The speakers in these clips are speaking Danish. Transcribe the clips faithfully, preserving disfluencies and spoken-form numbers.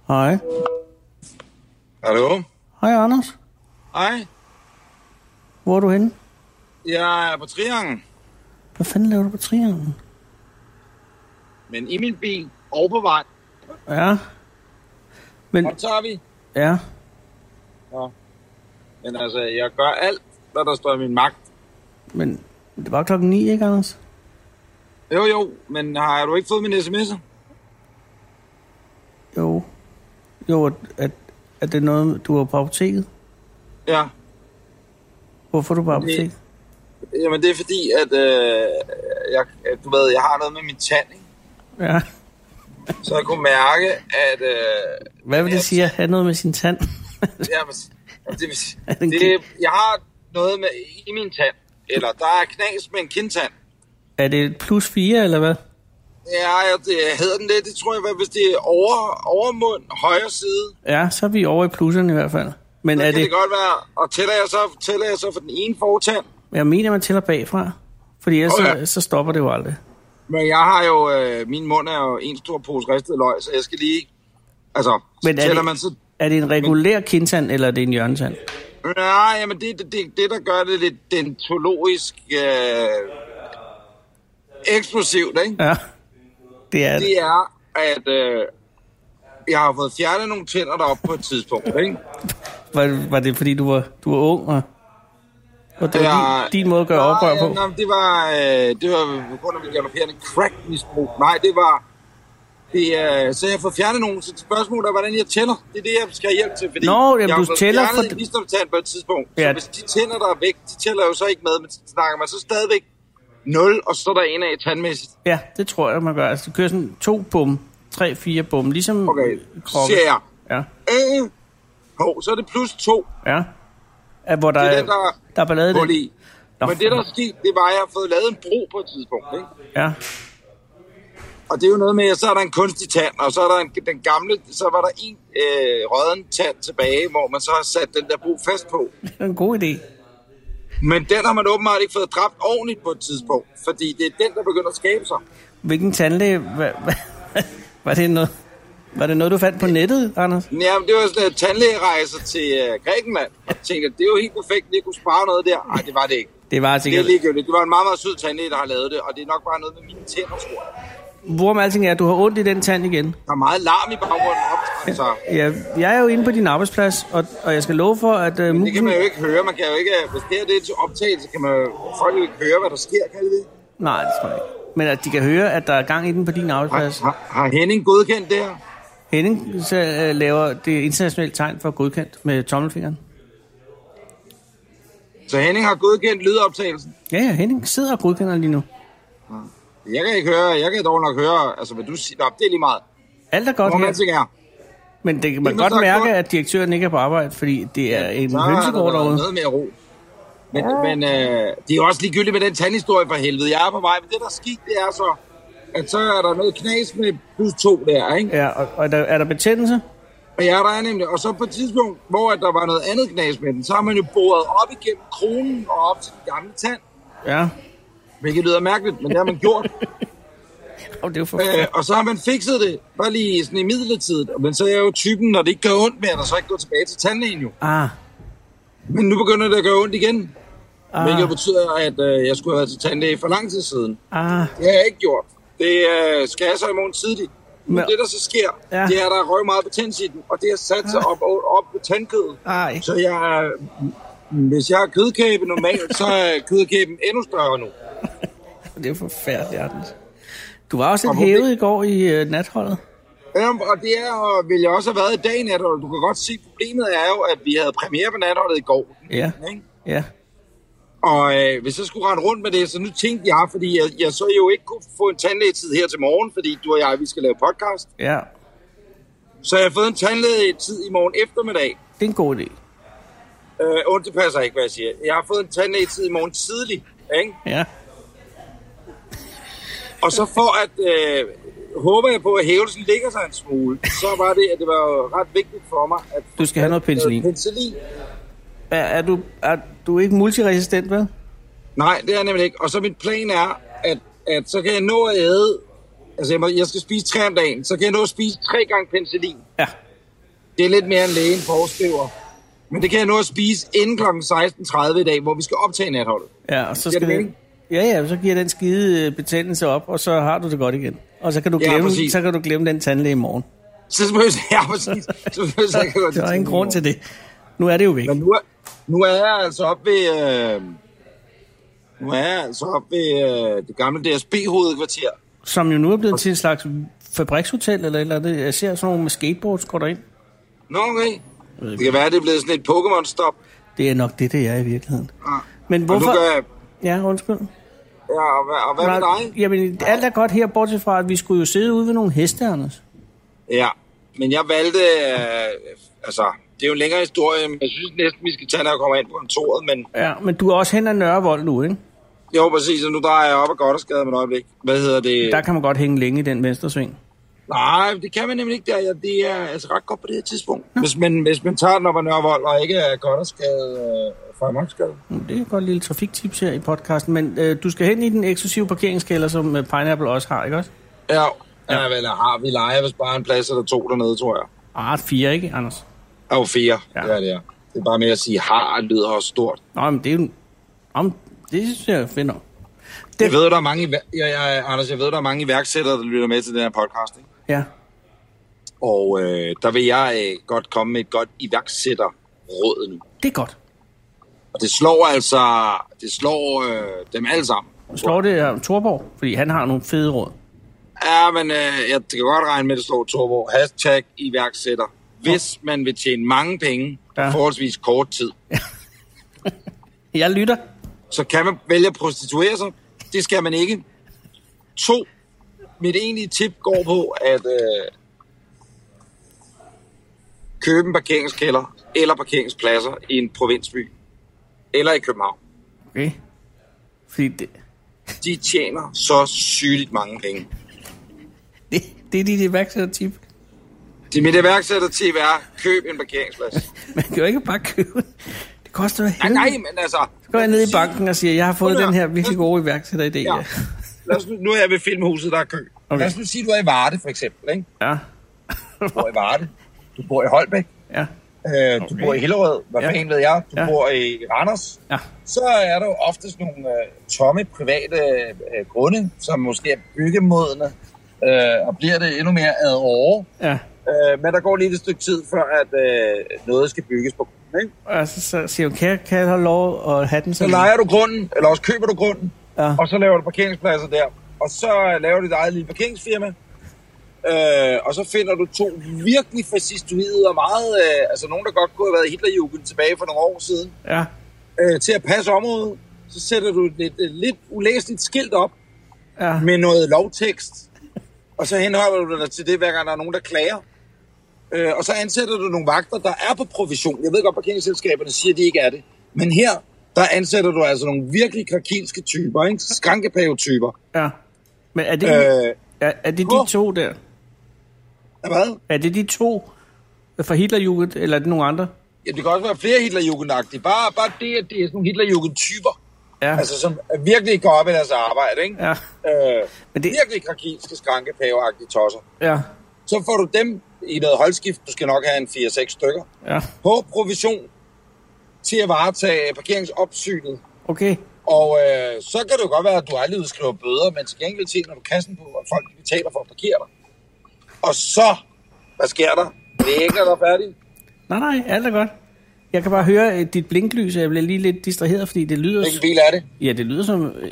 Hej. Hallo? Hej, Anders. Hej. Hvor er du henne? Jeg er på Trianglen. Hvad fanden laver du på Trianglen? Men i min bil og på vej. Ja. Men... Og tager vi. Ja. Ja. Men altså, jeg gør alt, hvad der står i min magt. Men det var klokken ni, ikke, Anders? Jo, jo. Men har du ikke fået min sms'er? Jo. Jo, at, at, at det er noget, du var på apoteket? Ja. Hvorfor er du på apoteket? Det, jamen, det er fordi, at øh, jeg, du ved, jeg har noget med min tand, ikke? Ja. Så jeg kunne mærke, at... Øh, Hvad vil det sige at have noget med sin tand? Jamen, det, det, det, jeg har noget med i min tand. Eller der er knas med en kindtand. Er det plus fire, eller hvad? Ja, det hedder den det. Det tror jeg, hvis det er over, overmund, højre side. Ja, så er vi over i plusserne i hvert fald. Men så er kan det... det det godt være. Og tæller jeg, så, tæller jeg så for den ene fortand? Jeg mener, man tæller bagfra. Fordi ellers okay. så, så stopper det jo aldrig. Men jeg har jo... Øh, min mund er jo en stor pose ristet løg, så jeg skal lige... Altså, Men er tæller det, man så... Er det en regulær kindtand, eller er det en hjørnetand? Nej, jamen det er det, det, det, der gør det lidt dentologisk øh, eksplosivt, ikke? Ja, det er det. Det er, at øh, jeg har fået fjernet nogle tænder deroppe på et tidspunkt, ikke? Var, var det fordi, du var, du var ung, og, og det var ja, din, din måde at gøre oprør på? Nej, det var, øh, det var på grund af mit galopperende crack-misbrug. Nej, det var... Det, øh, så jeg har fået fjernet nogen, så spørgsmålet er, hvordan jeg tæller. Det er det, jeg skal have hjælp til, fordi Nå, jamen, jeg har du fået tæller fjernet for... en visdomstand på et tidspunkt. Ja. Så hvis de tænder, der er væk, de tæller jo så ikke med, men snakker man så stadigvæk nul, og så er der en af tandmæssigt. Ja, det tror jeg, man gør. Altså, du kører sådan to bum, tre, fire bum, ligesom okay, krokke. siger jeg. Ja. Øh, hov, så er det plus to. Ja. At, hvor der, det er er, den, der, der er ballade det. i. Nå, men det, der er sket, det var, at jeg har fået lavet en bro på et tidspunkt, ikke? Ja. Og det er jo noget med, at så er der en kunstig tand, og så er der en, den gamle, så var der en øh, rødden tand tilbage, hvor man så har sat den der bro fast på. Det er en god idé. Men den har man åbenbart ikke fået dræbt ordentligt på et tidspunkt, fordi det er den, der begynder at skabe sig. Hvilken tandlæge? Hva, hva, var, det noget, var det noget, du fandt på nettet, Anders? Jamen, det var sådan en tandlægerejse til øh, Grækenland. Jeg tænkte, at det er jo helt perfekt, at jeg kunne spare noget der. Nej, det var det ikke. Det var sikkert... Det er ligegyldigt. Det var en meget, meget sød tandlæge, der har lavet det, og det er nok bare noget med mine tænder, tror jeg. Hvorom alting er, at du har ondt i den tand igen. Der er meget larm i baggrunden op, altså. Ja, jeg er jo inde på din arbejdsplads, og, og jeg skal love for, at... Uh, Men musen... det kan man jo ikke høre. Man kan jo ikke... Hvis det her det er til optagelse, kan man jo folk jo ikke høre, hvad der sker, kan det det? Nej, det tror jeg ikke. Men at de kan høre, at der er gang i den på din arbejdsplads. Har, har, har Henning godkendt det her? Henning så, uh, laver det internationale tegn for godkendt med tommelfingeren. Så Henning har godkendt lydoptagelsen? Ja, ja, Henning sidder og godkender lige nu. Ja. Jeg kan ikke høre, jeg kan dog nok høre, altså hvad du siger, det er lige meget. Alt er godt her. her. Men det kan man det godt mærke, godt. At direktøren ikke er på arbejde, fordi det er en hønsegård derude. Noget mere ro. Men, ja. men øh, det er jo også ligegyldigt med den tandhistorie for helvede. Jeg er på vej, men det der er skidt, det er så, at så er der noget knas med plus to der, ikke? Ja, og, og der, er der betændelse? Ja, der er nemlig. Og så på et tidspunkt, hvor der var noget andet knas med den, så har man jo boret op igennem kronen og op til den gamle tand. Ja. Hvilket lyder mærkeligt, men det har man gjort. Oh, det er jo øh, og så har man fikset det, bare lige sådan i midlertidigt. Men så er jeg jo typen, når det ikke gør ondt mere, der så ikke går tilbage til tandlægen jo. Ah. Men nu begynder det at gøre ondt igen. Ah. Hvilket betyder, at øh, jeg skulle have været til tandlæge for lang tid siden. Ah. Det har jeg ikke gjort. Det øh, skal jeg så i morgen tidligt. Men, Men det, der så sker, ja. det er, at der er røg meget betændelse i den, og det har sat sig op, op på tandkødet. Ej. Så jeg, hvis jeg har kødkæbe normalt, så er kødkæben endnu større nu. Det er forfærdeligt, Anders. Du var også lidt hævet i går i uh, natholdet. Ja, og det er, og vil jeg også have været i dag i natholdet. Du kan godt se, problemet er jo, at vi havde premiere på natholdet i går. Ja, ikke? ja. Og øh, hvis jeg skulle rende rundt med det, så nu tænkte jeg, fordi jeg, jeg så jo ikke kunne få en tandlægetid her til morgen, fordi du og jeg, vi skal lave podcast. Ja. Så jeg har fået en tandlægetid i morgen eftermiddag. Det er en god idé. Øh, und, det passer ikke, hvad jeg siger. Jeg har fået en tandlægetid i morgen tidlig, ikke? Ja. Og så for at, øh, håber jeg på, at hævelsen ligger sig en smule, så var det, at det var ret vigtigt for mig, at... Du skal have noget penicillin. Penicillin. Er, er, du, er du ikke multiresistent, vel? Nej, det er nemlig ikke. Og så min plan er, at, at så kan jeg nå at æde... Altså, jeg, må, jeg skal spise tre om dagen, så kan jeg nå at spise tre gange penicillin. Ja. Det er lidt mere end lægen foreskriver. Men det kan jeg nå at spise inden klokken seksten tredive i dag, hvor vi skal optage natholdet. Ja, og så skal det, ja, ja, så giver den skide betændelse op, og så har du det godt igen. Og så kan du glemme, ja, så kan du glemme den tandlæge i morgen. Så behøver jeg, ja, præcis. Så behøver jeg ikke gå til. Der er ingen grund til det. Nu er det jo væk. Men nu er, nu er jeg altså op ved, øh, nu er jeg altså op ved øh, det gamle D S B-hovedkvarter. Som jo nu er blevet til en slags fabrikshotel, eller eller det. Jeg ser sådan nogle med skateboards, går der ind. Nå, okay. Det kan være, at det er blevet sådan et Pokémon-stop. Det er nok det, det er i virkeligheden. Ja. Men hvorfor... Og nu gør jeg... Ja, undskyld. Ja, og hvad, og hvad med dig? Jamen, alt er godt her, bortset fra, at vi skulle jo sidde ude ved nogle heste, Anders. Ja, men jeg valgte... Øh, altså, det er jo en længere historie, men jeg synes næsten, vi skal tage, når jeg kommer ind på kontoret, men... Ja, men du er også hen ad Nørrevold nu, ikke? Jo, præcis, og nu drejer jeg op ad Gothersgade med et øjeblik. Hvad hedder det? Der kan man godt hænge længe i den venstresving. Nej, det kan man nemlig ikke der. Ja, det er altså ret godt på det her tidspunkt. Hvis man, hvis man tager den op ad Nørrevold og ikke er Gothersgade øh, fra Marksgade. Det er et godt lille trafiktips her i podcasten, men øh, du skal hen i den eksklusive parkeringskælder, som øh, Pineapple også har, ikke også? Ja, ja. ja vel, har vi leger, hvis bare en plads eller to dernede, tror jeg. Ah, fire, ikke, Anders? Jo, fire. Ja. Det er det, ja. Det er bare med at sige, har lyder også stort. Nå, men det er jo... Om, det synes jeg finder. Det... Jeg ved, der er mange, ja, ja, Anders, jeg ved, der er mange iværksættere, der lytter med til den her podcast, ikke? Ja. Og øh, der vil jeg øh, godt komme med et godt iværksætterråd nu. Det er godt. Og det slår altså, det slår øh, dem alle sammen. Slår det uh, Thorborg? Fordi han har nogle fede råd. Ja, men øh, jeg kan godt regne med, at det slår Thorborg. Hashtag iværksætter. Hvis man vil tjene mange penge på ja. forholdsvis kort tid. Jeg lytter. Så kan man vælge at prostituere sig. Det skal man ikke. To. Mit egentlige tip går på at øh, købe en parkeringskælder eller parkeringspladser i en provinsby. Eller i København. Okay. Fordi det... De tjener så sygeligt mange penge. Det, det er dit iværksættertip. Det mit iværksættertip er, køb en parkeringsplads. Man kan jo ikke bare købe. Det koster jo nej, nej, men altså... Så går jeg ned i banken og siger, jeg har fået den her virkelig gode iværksætteridé. Ja. Lad os nu, nu er jeg ved Filmhuset, der er kø. Okay. Lad os nu sige, du er i Varde, for eksempel, ikke? Ja. Du bor i Varde. Du bor i Holbæk. Ja. Øh, du okay. bor i Hillerød. Hvad ja. fanden ved jeg? Du ja. bor i Randers. Ja. Så er der jo oftest nogle øh, tomme private øh, grunde, som måske er byggemodne, øh, og bliver det endnu mere ad åre. Ja. Øh, men der går lige et stykke tid, før at øh, noget skal bygges på grunden, ikke? Og så, så siger du, kan, kan jeg have lov at have den sådan? Så lejer du grunden, eller også køber du grunden, ja. og så laver du parkeringspladser der. Og så laver du dit eget lille parkeringsfirma. Øh, og så finder du to virkelig fascistoide og meget, øh, altså nogen, der godt kunne have været Hitlerjugend tilbage for nogle år siden, ja. øh, til at passe området. Så sætter du et lidt, et lidt ulæseligt skilt op ja. med noget lovtekst, og så henholder du dig til det, hver gang der er nogen, der klager. Øh, og så ansætter du nogle vagter, der er på provision. Jeg ved godt, parkeringsselskaberne siger, at de ikke er det. Men her, der ansætter du altså nogle virkelig krakilske typer, ikke? Skrankepave-typer. Ja. Men er det, øh, er, er det de to der? Hvad? Er det de to fra Hitlerjugend, eller er det nogle andre? Ja, det kan også være flere Hitlerjugendagtige. Bare, bare det, at det er sådan nogle Hitlerjugend-typer. Ja. Altså, som virkelig går op i deres arbejde, ikke? Ja. Øh, Men det... Virkelig krakilske, skrankepave-agtige tosser. Ja. Så får du dem i noget holdskift. Du skal nok have en fire seks stykker. Ja. På provision til at varetage parkeringsopsynet. Okay. Og øh, så kan det jo godt være, at du aldrig udskriver bøder, men til gengæld tjener du kassen på, at folk betaler for at parkere dig. Og så, hvad sker der? Det er ikke, der er færdigt. Nej, nej, alt er godt. Jeg kan bare høre dit blinklys, og jeg bliver lige lidt distraheret, fordi det lyder... Hvilken bil er det? Ja, det lyder som øh,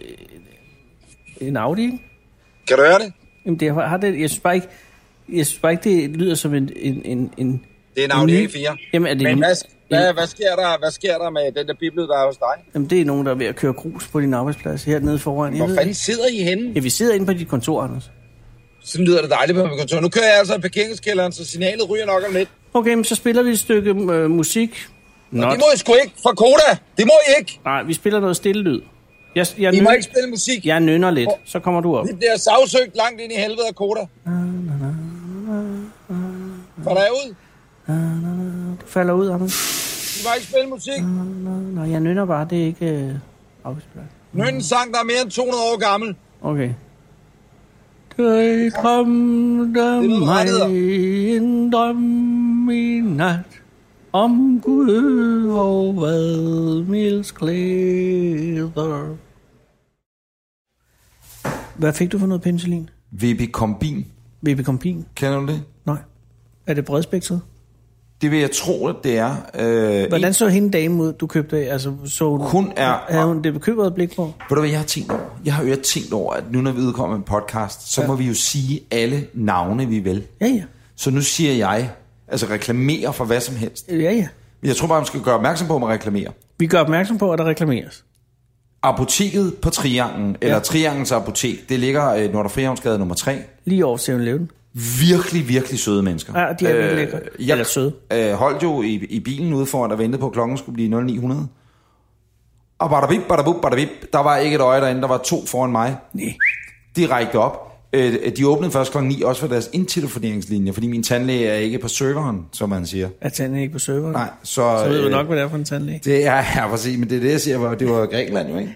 en Audi, ikke? Kan du høre det? Jamen, det har det... Jeg synes bare ikke, jeg synes bare ikke det lyder som en... en, en, en det er en Audi A fire. Jamen, er det men en, hvad, hvad, hvad, sker der, hvad sker der med den der biblet, der er hos dig? Jamen, det er nogen, der er ved at køre grus på din arbejdsplads hernede foran. Hvor fanden sidder I henne? Ja, vi sidder inde på dit kontor, Anders. Sådan lyder det dejligt på mit kontor. Nu kører jeg altså i parkeringskælderen, så signalet ryger nok om lidt. Okay, men så spiller vi et stykke øh, musik. Nå, det må I sgu ikke. For Koda. Det må I ikke. Nej, vi spiller noget stille lyd. Jeg, jeg I nøn... må ikke spille musik. Jeg nynner lidt. Så kommer du op. Det bliver sagsøgt langt ind i helvede af Koda. Falder jeg ud? Du falder ud, Anders. I må ikke spille musik. Nej, jeg nynner bare. Det er ikke øh, afspillet. Nyn en sang, der er mere end to hundrede år gammel. Okay. Jeg drømte mig en drøm i nat om Gud og hvad mils klæder. Hvad fik du for noget penicillin? Vibikombin. Vibikombin? Kender du det? Nej. Er det bredspektret? Det vil jeg tro, at det er. Øh, Hvordan så hende dame ud, du købte af? Altså, så hun, hun er... Havde hun det bekymrede blik på? Ved du hvad, jeg har tænkt over? Jeg har jo tænkt over, at nu når vi udkommer en podcast, så ja. må vi jo sige alle navne, vi vil. Ja, ja. Så nu siger jeg, altså reklamere for hvad som helst. Ja, ja. Jeg tror bare, man skal gøre opmærksom på, at man reklamerer. Vi gør opmærksom på, at der reklameres. Apoteket på Trianglen, ja. eller Trianglens apotek, det ligger i Nordre Frihavnsgade nummer tre. Lige over syv eleven. Virkelig, virkelig søde mennesker. Ja, de er virkelig lækre. Jeg Eller søde. Øh, holdt jo i, i bilen ude foran, der ventede på, at klokken skulle blive nul ni hundrede. Og badabip, badabip, badabip. Der var ikke et øje derinde, der var to foran mig. Nej. Direkte op. Øh, de åbnede først klokken ni, også for deres indtelefoneringslinje, fordi min tandlæge er ikke på serveren, som man siger. Er tandlæge ikke på serveren? Nej, så... Så ved du øh, nok, hvad det er for en tandlæge. Det er, ja, præcis, men det er det, jeg siger, det var Grækenland jo, ikke?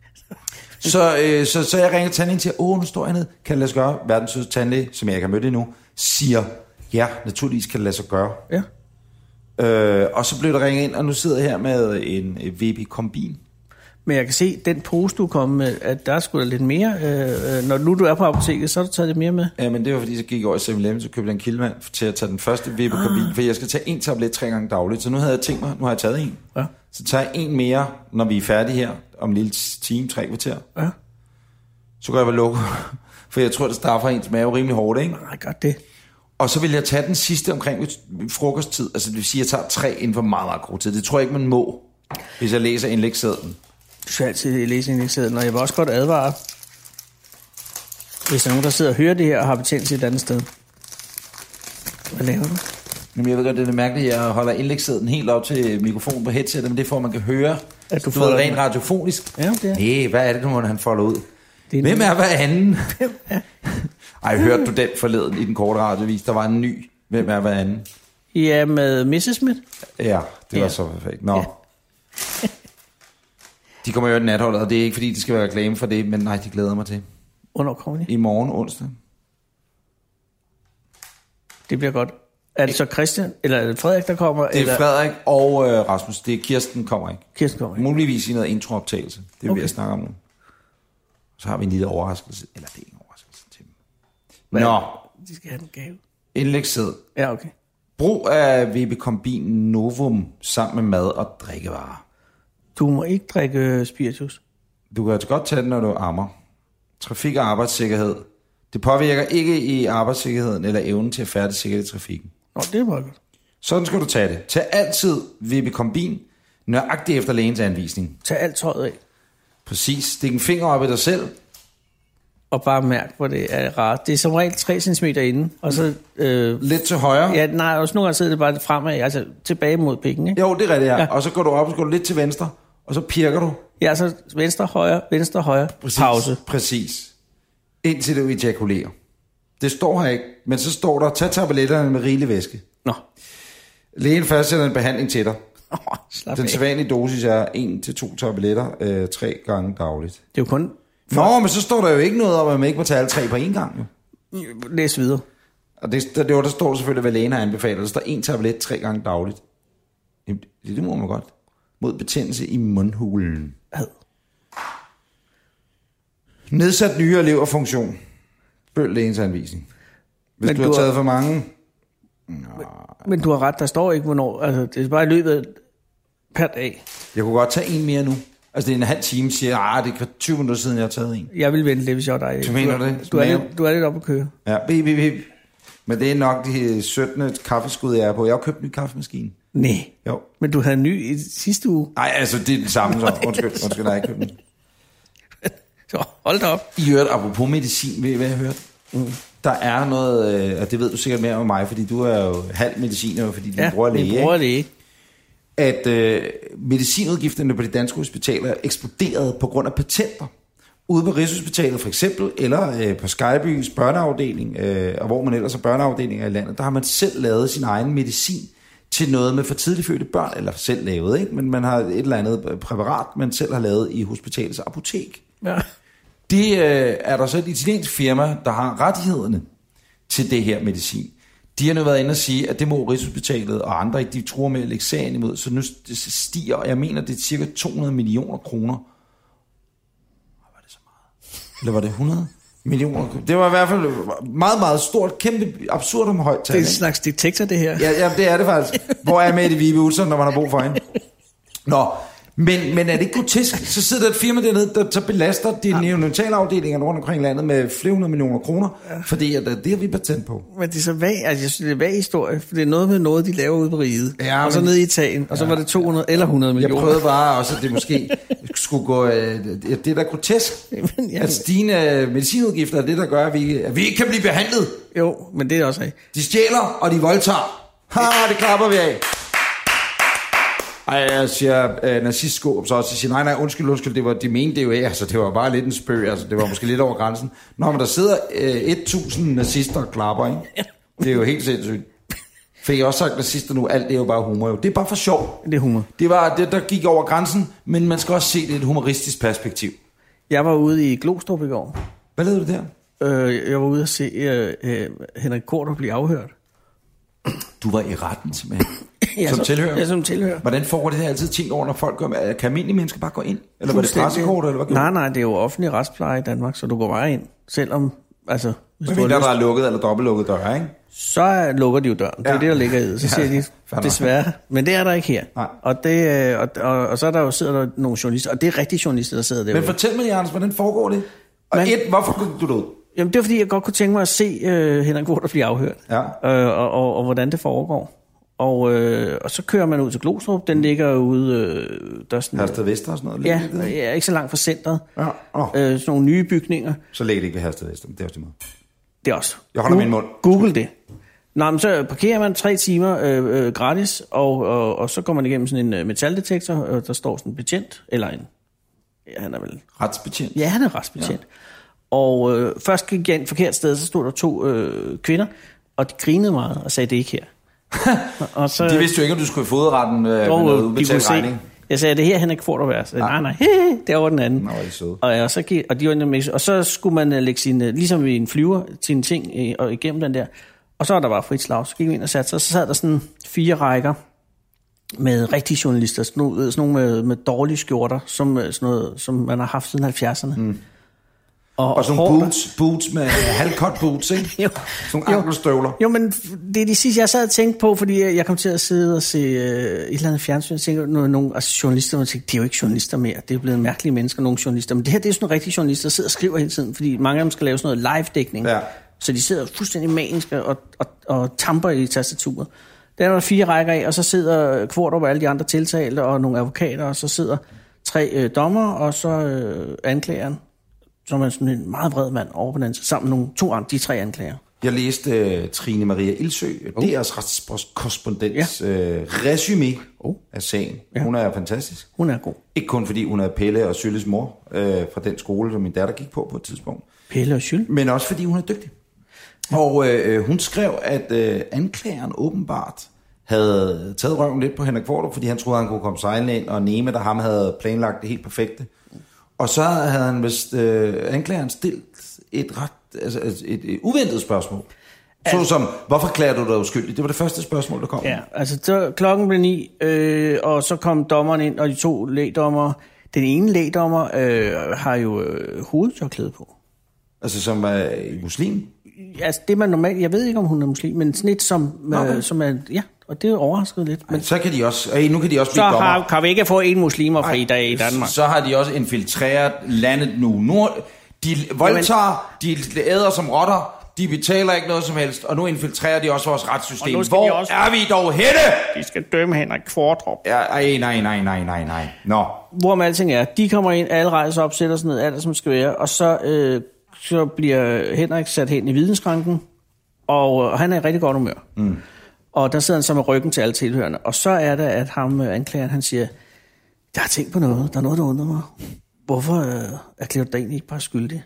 Så, øh, så, så jeg ringer tandlægen til, åh, nu står jeg ned, kan det lade sig gøre? Verdens sødeste tandlæge, som jeg ikke har mødt endnu, siger, ja, naturligvis kan det lade sig gøre. Ja. Øh, og så blev der ringet ind, og nu sidder jeg her med en Vibikombin. Men jeg kan se, den pose, du kom med, at der er sgu da lidt mere. Øh, når nu du er på apoteket, så har du taget lidt mere med. Ja, men det var fordi, så gik jeg over i seven eleven, så købte jeg en kildevand til at tage den første Vibikombin, ah. for jeg skal tage en tablet tre gange dagligt. Så nu havde jeg tænkt mig, nu har jeg taget en. Ja. Så tager jeg en mere, når vi er færdige her, om en lille time, tre kvarter. Ja. Så går jeg vel lukke, for jeg tror, det straffer ens mave rimelig hårdt, ikke? Nej, godt det. Og så vil jeg tage den sidste omkring frokosttid. Altså det vil sige, at jeg tager tre inden for meget, meget god tid. Det tror jeg ikke, man må, hvis jeg læser indlægssedlen. Du skal altid læse indlægssedlen, og jeg vil også godt advare, hvis der er nogen, der sidder og hører det her og har betændelse et andet sted. Hvad laver du? Jamen, jeg ved godt, det er det mærkeligt, at jeg holder indlægssedlen helt op til mikrofonen på headsetet, men det er for, at man kan høre, at du får det rent radiofonisk. Ja, det er. Nej, hvad er det nu, han folder ud? Er Hvem er hvad anden? Hvem er? Ej, hørte du den forleden i den korte radiovis? Der var en ny. Hvem er hvad anden? Ja, med missus Smith. Ja, det var ja. så perfekt. Nå. Ja. De kommer jo i natholdet, og det er ikke, fordi de skal være reklame for det, men nej, de glæder mig til. Hvornår kommer de? I morgen, onsdag. Det bliver godt. Er det så Christian, eller er det Frederik, der kommer? Det er eller? Frederik og øh, Rasmus. Det er Kirsten, kommer ikke. Kirsten kommer ikke. Muligvis i noget introoptagelse. Det vil okay. jeg snakke om nu. Så har vi en lille overraskelse. Eller det er ikke en overraskelse til dem. Hvad? Nå. De skal have en gave. Indlægssæd. Ja, okay. Brug af Vibikombin Novum sammen med mad og drikkevarer. Du må ikke drikke spiritus. Du kan godt tage den, når du ammer. Trafik og arbejdssikkerhed. Det påvirker ikke i arbejdssikkerheden eller evnen til at færdes sikkert i trafikken. Nå, det er meget godt. Sådan skal du tage det. Tag altid Vibikombin nøjagtigt efter lægens anvisning. Tag alt tøjet af. Præcis. Stik en finger op i dig selv. Og bare mærk, hvor det er rart. Det er som regel tre centimeter inden. Og så, øh, lidt til højre? Ja, nej, også nogle gange sidder det bare fremad, altså tilbage mod pikken, ikke? Jo, det er rigtigt, ja. ja. Og så går du op, og så går du lidt til venstre, og så pirker du. Ja, så venstre, højre, venstre, højre, præcis, pause. Præcis. Indtil du ejakulerer. Det står her ikke, men så står der, tag tabletterne med rigelig væske. Nå. Lægen fastsætter en behandling til dig. Oh, Den sædvanlige dosis er en til to tabletter øh, tre gange dagligt. Det er jo kun... For... Nå, men så står der jo ikke noget om, at man ikke må tage alle tre på én gang. Jo. Læs videre. Og det, der, der står selvfølgelig, hvad lægen har anbefalet. Der står en tablet tre gange dagligt. Det, det må man godt. Mod betændelse i mundhulen. Ad. Nedsat nyre- og leverfunktion. Følg lægens anvisning. Hvis men du, du har taget har... for mange... Men, men du har ret, der står ikke, hvornår... Altså, det er bare i løbet per dag. Jeg kunne godt tage en mere nu. Altså, det er en halv time, siger ah, det er tyve minutter siden, jeg har taget en. Jeg vil vente lidt, hvis jeg var dig. Du mener du, det? Du er, lidt, du er lidt oppe at køre. Ja, bip, bip, bip. Men det er nok de syttende kaffeskud, jeg er på. Jeg har købt en ny kaffemaskine. Nej. Jo. Men du havde en ny i sidste uge. Nej, altså, det er den samme så. Undskyld, undskyld, jeg har ikke købt den. Så hold da op. I hørte, apropos medicin, ved I, hvad jeg hørte? Mm. Der er noget, og det ved du sikkert mere om mig, fordi du er jo halv mediciner, fordi din ja, bror er læge. Ja, min bror er læge. At øh, medicinudgifterne på de danske hospitaler er eksploderet på grund af patenter. Ude på Rigshospitalet for eksempel, eller øh, på Skybys børneafdeling, øh, og hvor man ellers har børneafdelinger i landet, der har man selv lavet sin egen medicin til noget med for tidligt fødte børn, eller selv lavet, ikke? Men man har et eller andet præparat, man selv har lavet i hospitalets apotek. Ja. Det øh, er der så et italiensk firma, der har rettighederne til det her medicin. De har nu været inde og sige, at det må Rigshospitalet og andre ikke, de tror med at lægge sagen imod, så nu stiger, og jeg mener, det er cirka to hundrede millioner kroner. Var det så meget? Eller var det hundrede millioner? Det var i hvert fald meget, meget stort, kæmpe, absurd om højt tal. Det er en slags detektor, det her. Ja, ja, det er det faktisk. Hvor er Mette Vibe Utzon, når man har brug for hende? Nå, men, men er det ikke grotesk? Så sidder der et firma dernede, der, der belaster de ja. neonatalafdelinger rundt omkring landet med flere hundrede millioner kroner, ja. fordi at, det har vi patent på. Men det er så vag, altså jeg synes, det er vag historie, for det er noget med noget, de laver ude på riget, ja, og så men, nede i Italien, og så ja, var det to hundrede eller hundrede millioner. Jeg prøvede bare også, at det måske skulle gå, det er da grotesk, Jamen, ja. at stigende medicinudgifter er det, der gør, at vi, at vi ikke kan blive behandlet. Jo, men det er også af. De stjæler, og de voldtager. Ha, det klapper vi af. Ej, jeg siger øh, nazistskåb, så også siger, nej, nej, undskyld, undskyld, det var, de mente det jo af, altså, det var bare lidt en spøg, altså, det var måske lidt over grænsen. Nå, men der sidder øh, tusind nazister og klapper, ikke? Det er jo helt sindssygt. Fik jeg også sagt nazister nu, alt det er jo bare humor, jo. Det er bare for sjov. Det er humor. Det var det, der gik over grænsen, men man skal også se det i et humoristisk perspektiv. Jeg var ude i Glostrup i går. Hvad lavede du der? Øh, jeg var ude at se øh, øh, Henrik Qvortrup blive afhørt. Du var i retten, simpelthen. Ja, som, som tilhører? Ja, som tilhører. Hvordan foregår det her altid tænkt over, når folk gør? Kan almindelige mennesker bare gå ind? Eller var det pressekort, eller hvad? Nej, nej, det er jo offentlig retspleje i Danmark, så du går bare ind. Selvom, altså... Hvis du der, der er lukket eller dobbeltlukket døre, ikke? Så lukker de jo døren. Det er ja. det, der ligger i. Så siger ja, de, desværre. Men det er der ikke her. Nej. Og, det, og, og, og så er der jo, sidder der nogle journalister, og det er rigtige journalister, der sidder der. Men fortæl mig, Jørgens, hvordan foregår det? Og Men, et, hvorfor gik du ud? Jamen, det var fordi, jeg godt kunne tænke mig at se uh, Henrik Qvortrup blive afhørt. Ja. Uh, og, og, og hvordan det foregår. Og, øh, og så kører man ud til Glostrup. Den ligger ude... Øh, der sådan, Hersted Vester og sådan noget? Ja, ja, ikke så langt fra centret. Ja. Oh. Øh, sådan nogle nye bygninger. Så ligger det ikke ved Hersted Vester, det er også det måde. Det er også. Jeg holder min mund. Google det. Nå, men så parkerer man tre timer øh, øh, gratis, og, og, og så går man igennem sådan en øh, metaldetektor, og der står sådan en betjent, eller en... Ja, han er vel... Retsbetjent? Ja, han er retsbetjent. Ja. Og øh, først gik jeg ind et forkert sted, så stod der to øh, kvinder, og de grinede meget og sagde, det er ikke her. Og så, de vidste jo ikke, om du skulle i fodretten øh, med noget udbetalt regning. Jeg sagde, det her Henrik Qvortrup er. Så nej, nej, det er over den anden. Nå, de søde. Og, og, så, og, de var, og så skulle man lægge sine, ligesom i en flyver, sine ting og igennem den der. Og så var der bare frit slag. Så gik vi ind og satte sig. Så sad der sådan fire rækker med rigtige journalister. Sådan nogle, sådan nogle med, med dårlige skjorter, som, sådan noget, som man har haft siden halvfjerdserne. Mm. Og, og sådan nogle boots, boots med halvcut boots, ikke? Jo. Sådan nogle ankelstøvler. Jo, men det er de sidste, jeg sad og tænkte på, fordi jeg kom til at sidde og se uh, et eller andet fjernsyn, og tænkte, nogle, nogle altså, journalister, og tænkte, de er jo ikke journalister mere, det er blevet mærkelige mennesker, nogle journalister, men det her, det er sådan nogle rigtige journalister, der sidder og skriver hele tiden, fordi mange af dem skal lave sådan noget live-dækning, ja. Så de sidder fuldstændig maniske og, og, og tamper i tastaturet. Der er der fire rækker af, og så sidder Qvortrup og alle de andre tiltalte, og nogle advokater, og så sidder tre øh, dommer, og så øh, anklageren, som er sådan en meget vred mand over på den anden side, sammen med nogle to andre, de tre anklager. Jeg læste uh, Trine Maria Ildsø, oh. D R's retskorrespondents ja. uh, resumé oh. af sagen. Ja. Hun er fantastisk. Hun er god. Ikke kun fordi hun er Pelle og Sylles mor uh, fra den skole, som min datter gik på på et tidspunkt. Pelle og Sylle? Men også fordi hun er dygtig. Ja. Og uh, hun skrev, at uh, anklageren åbenbart havde taget røven lidt på Henrik Qvortrup, fordi han troede, han kunne komme sejlende ind, og Neme, der ham havde planlagt det helt perfekte. Og så havde han vist øh, anklageren stillet et ret, altså et, et, et uventet spørgsmål. Så som, hvorfor klager du dig uskyldig? Det var det første spørgsmål, der kom. Ja, altså så, klokken blev ni, øh, og så kom dommeren ind, og de to lægdommer. Den ene lægdommer øh, har jo øh, hovedtørklæde på. Altså som er muslim? Altså det man normalt, jeg ved ikke om hun er muslim, men snit som, okay. øh, som er, ja, og det overraskede lidt. Men ej, så kan de også, øh, nu kan de også blive så dommer. Har, kan vi ikke få en muslimer fri dag i Danmark. Så, så har de også infiltreret landet nu. nu de voldtager, de æder som rotter, de betaler ikke noget som helst, og nu infiltrerer de også vores retssystem. Hvor også, er vi dog henne? De skal dømme Henrik Qvortrup. Ja, ej, nej, nej, nej, nej, nej. Nå. Hvor med alting er, de kommer ind, alle rejser op, sætter sig ned, alt som skal være, og så... Øh, så bliver Henrik sat hen i vidensskranken, og, og han er i rigtig godt humør. Mm. Og der sidder han så med ryggen til alle tilhørende. Og så er det, at ham anklageren, han siger, jeg har tænkt på noget, der er noget, der undrer mig. Hvorfor øh, erklærer du dig egentlig ikke bare skyldig?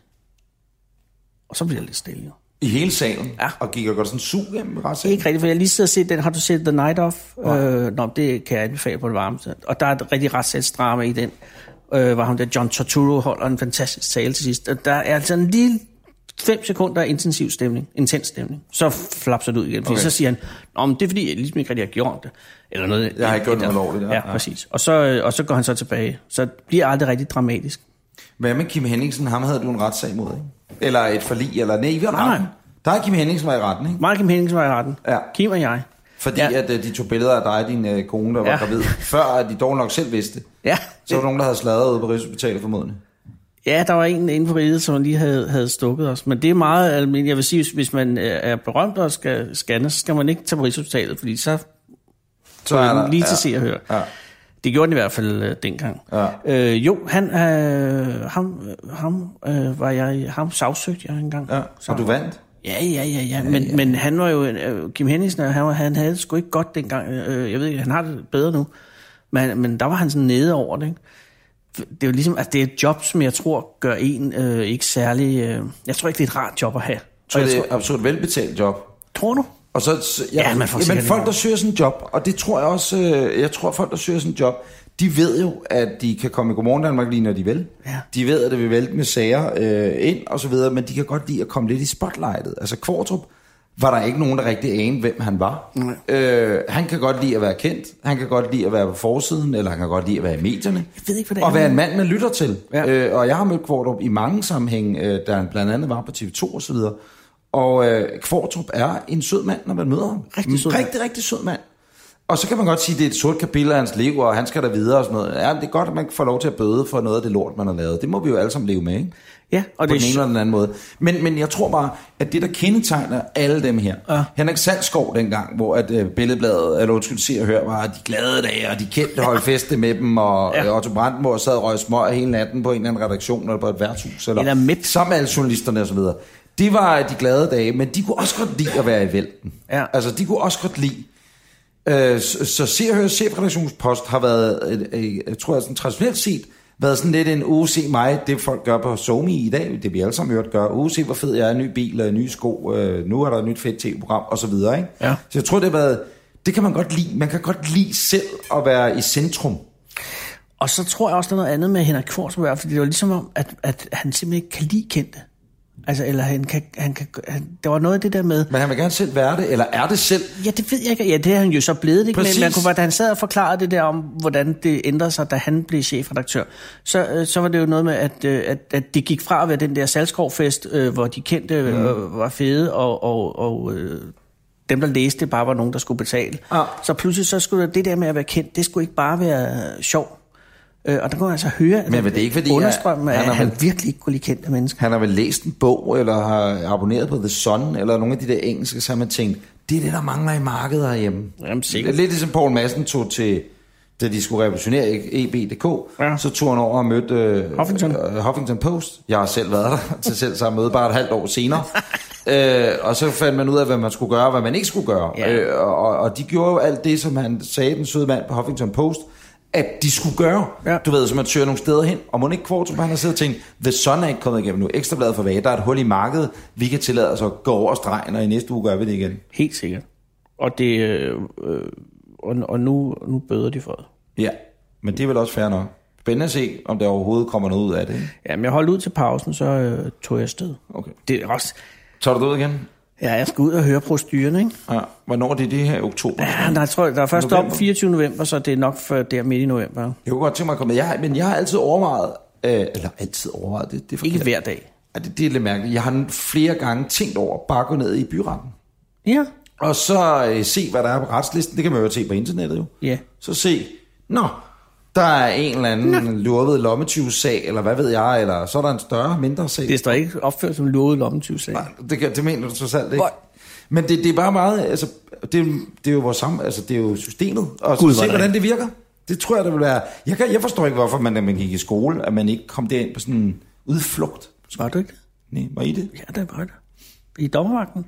Og så bliver jeg lidt stille, jo. I hele salen? Ja. Og gik og godt sådan sug gennem retssalen? Ikke rigtigt, for jeg lige sidder og set den. Har du set The Night Of? Ja. Øh, nå, det kan jeg anbefale på det varmeste. Og der er et rigtig retssagsdrama i den. øh, hvor ham der John Turturro holder en fantastisk tale til sidst. Der er altså en lille fem sekunder af intensiv stemning, intens stemning. Så flapser det ud igen, fordi okay. så siger han, Nå, men det er fordi, jeg ligesom ikke rigtig har gjort det. Eller noget. Jeg har ikke gjort noget lovligt. Ja, ja, præcis. Og så, og så går han så tilbage. Så det bliver aldrig rigtig dramatisk. Hvad med Kim Henningsen? Ham havde du en retssag mod, ikke? Eller et forlig, eller nej, vi var nej, retten. Der er Kim Henningsen var i retten, ikke? Meget Kim Henningsen var i retten. Ja. Kim og jeg. Fordi ja. at de tog billeder af dig og din uh, kone, der var ja. gravid, før at de dog nok selv vidste. Ja. Så var der nogen, der havde sladret ude på Rigshospitalet formodentlig. Ja, der var en inden for riget, som lige havde, havde stukket os. Men det er meget almindeligt. Jeg vil sige, hvis man er berømt og skal scanne, så skal man ikke tage på Rigshospitalet, fordi så, så er der lige til ja. se og høre. Ja. Det gjorde den i hvert fald øh, dengang. Ja. Øh, jo, han, øh, ham, ham øh, var jeg, ham sagsøgte jeg engang. Ja. Og du vandt? Ja, ja, ja, ja. Men, ja, ja. men han var jo, øh, Kim Henningsen, han, han havde det sgu ikke godt dengang. Øh, jeg ved ikke, han har det bedre nu. Men, men der var han sådan nede over det, ikke? Det er jo ligesom, at det er et job, som jeg tror gør en øh, ikke særlig... Øh, jeg tror ikke, det er et rart job at have. Så det er tror, et absurd velbetalt job? Tror du? Og så, så ja, ja, man får jamen, folk, der søger sådan en job, og det tror jeg også... Øh, jeg tror, folk, der søger sådan en job, de ved jo, at de kan komme i Godmorgen Danmark lige når de vil. Ja. De ved, at det vil vælte med sager øh, ind og så videre, men de kan godt lide at komme lidt i spotlightet. Altså Qvortrup var der ikke nogen, der rigtig anede, hvem han var. Øh, han kan godt lide at være kendt, han kan godt lide at være på forsiden, eller han kan godt lide at være i medierne. Jeg ved ikke, hvad det er. Og være en mand, man lytter til. Ja. Øh, og jeg har mødt Qvortrup i mange sammenhæng, øh, da han blandt andet var på T V to og så videre. Og øh, Qvortrup er en sød mand, når man møder ham. Rigtig sød. Rigtig, rigtig sød mand. Og så kan man godt sige, at det er et sort kapitel af hans liv, og han skal der videre og sådan noget. Ja, det er godt, at man får lov til at bøde for noget af det lort, man har lavet. Det må vi jo alle sammen leve med, ikke? Ja, og på det den ene eller den anden måde. Men, men jeg tror bare, at det, der kendetegner alle dem her... Ja. Henrik Salskov dengang, hvor at, uh, Billedbladet, eller undskyld, se og hør, var de glade dage, og de kendte holde feste med dem, og ja. Otto Brandenborg sad og røg smøg hele natten på en eller anden redaktion, eller på et værtshus, eller, eller sammen med alle journalisterne og så videre. Det var de glade dage, men de kunne også godt lide at være i vælten. Ja. Altså, de kunne også godt lide... Uh, så, så se og hør, chefredaktionspost har været, uh, uh, jeg tror, sådan traditionelt set, været sådan lidt en uge se mig, det folk gør på SoMe i dag, det vi alle sammen hørt gør, uge se hvor fed jeg er, en ny bil, en ny sko, øh, nu er der et nyt fedt tv-program, og så videre, ikke? Ja. Så jeg tror, det har været, det kan man godt lide, man kan godt lide selv at være i centrum. Og så tror jeg også, der er noget andet med Henrik Qvortrup, fordi det var ligesom om, at, at han simpelthen ikke kan lide kendte. Altså, eller han kan, han kan, han, der var noget af det der med... Men han vil gerne selv være det, eller er det selv? Ja, det ved jeg ikke. Ja, det er han jo så blevet, ikke? Men man kunne, da han sad og forklarede det der om, hvordan det ændrede sig, da han blev chefredaktør, så, så var det jo noget med, at, at, at det gik fra at være den der Salskovfest, øh, hvor de kendte øh, mm. var fede, og, og, og øh, dem, der læste det, bare var nogen, der skulle betale. Ah. Så pludselig så skulle det der med at være kendt, det skulle ikke bare være sjov. Øh, og der kunne man altså høre, at men det er ikke, fordi understrømmen, at han, han virkelig ikke kunne lide kendte mennesker. Han har vel læst en bog, eller har abonneret på The Sun, eller nogle af de der engelske, så har man tænkt, det er det, der mangler i markedet herhjemme. Jamen sikkert. Lidt ligesom Poul Madsen tog til, da de skulle revolutionere E B punktum d k, ja. Så tog han over og mødte uh, Huffington. Uh, Huffington Post. Jeg har selv været der til selv samme møde, bare et halvt år senere. uh, og så fandt man ud af, hvad man skulle gøre, og hvad man ikke skulle gøre. Ja. Uh, og, og de gjorde jo alt det, som han sagde, den søde mand på Huffington Post, at de skulle gøre. Ja. Du ved, så man søger nogle steder hen, og må ikke Qvortrup, han har siddet og tænkt, The Sun er ikke kommet igennem nu, Ekstrabladet for vage, der er et hul i markedet, vi kan tillade os at gå over stregen, og i næste uge gør vi det igen. Helt sikkert. Og det øh, øh, og, og nu, nu bøder de for det. Ja, men det er vel også fair nok. Spændende at se, om der overhovedet kommer noget ud af det. Ja, men jeg holdt ud til pausen, så øh, tog jeg afsted. Okay. Det er også... Tager du det ud igen? Ja, jeg skal ud og høre proceduren, ikke? Ja, hvornår er det det her i oktober? Ja, der, jeg tror, der er først op fireogtyvende november, så det er nok for der midt i november. Jeg kunne godt tænke mig at komme med. Jeg, men jeg har altid overvejet, øh, eller altid overvejet, det, det er ikke hver dag. Ja, det, det er lidt mærkeligt. Jeg har flere gange tænkt over bare gå ned i byretten. Ja. Og så øh, se, hvad der er på retslisten. Det kan man jo se på internettet jo. Ja. Så se, nå, der er en eller anden lurvet lommetyvsag, eller hvad ved jeg, eller så er der en større, mindre sag. Det står ikke opført som lurvet lommetyvsag. Nej, det, det mener du trods alt ikke. Men det, det er bare meget, altså, det, det er jo vores sammen, altså, det er jo systemet, og God, se, hvordan det virker. Det tror jeg, det vil være. Jeg, kan, jeg forstår ikke, hvorfor man, når man gik i skole, at man ikke kom derind på sådan en udflugt. Var du ikke det? Nej, var I det? Ja, det var det. I dommervagten.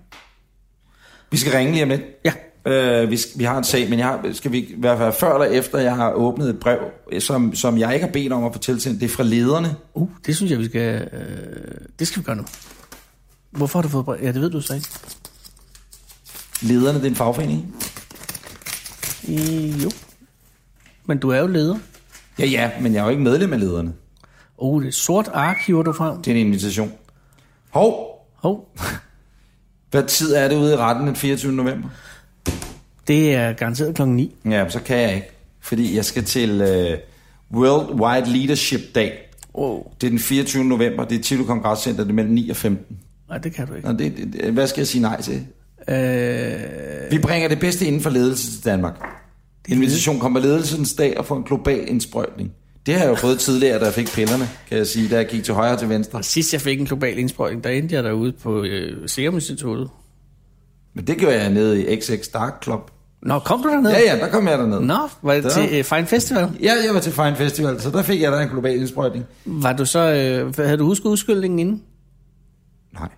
Vi skal ringe lige om lidt. Ja. Uh, vi, vi har en sag, men jeg har, skal vi i hvert fald før eller efter, jeg har åbnet et brev, som, som jeg ikke har bedt om at få tilsendt. Det er fra lederne. Uh, det synes jeg, vi skal... Øh, det skal vi gøre nu. Hvorfor har du fået brev? Ja, det ved du så ikke. Lederne, det er en fagforening? I, jo. Men du er jo leder. Ja, ja, men jeg er jo ikke medlem af lederne. Åh, oh, det er et sort ark, hiver du frem. Det er en invitation. Hov! Hov. Hvad tid er det ude i retten den fireogtyvende november? Det er garanteret klokken ni. Ja, så kan jeg ikke. Fordi jeg skal til uh, World Wide Leadership Day. Oh. Det er den fireogtyvende november. Det er Tivoli Kongresscenter. Det er mellem ni og femten. Nej, det kan du ikke. Nå, det, det, hvad skal jeg sige nej til? Øh... Vi bringer det bedste inden for ledelse til Danmark. Invitation kommer ledelsens dag og får en global indsprøjtning. Det har jeg jo fået tidligere, da jeg fik pillerne, kan jeg sige, da jeg gik til højre og til venstre. Sidst jeg fik en global indsprøjtning, der endte jeg derude på øh, Serum Instituttet. Men det gjorde jeg nede i X X Dark Club. Nå, kom du derned? Ja, ja, der kom jeg derned. Nå, var det der. til uh, Fine Festival? Ja, jeg var til Fine Festival, så der fik jeg da en global indsprøjtning. Var du så, øh, havde du husket udskyldningen inden? Nej.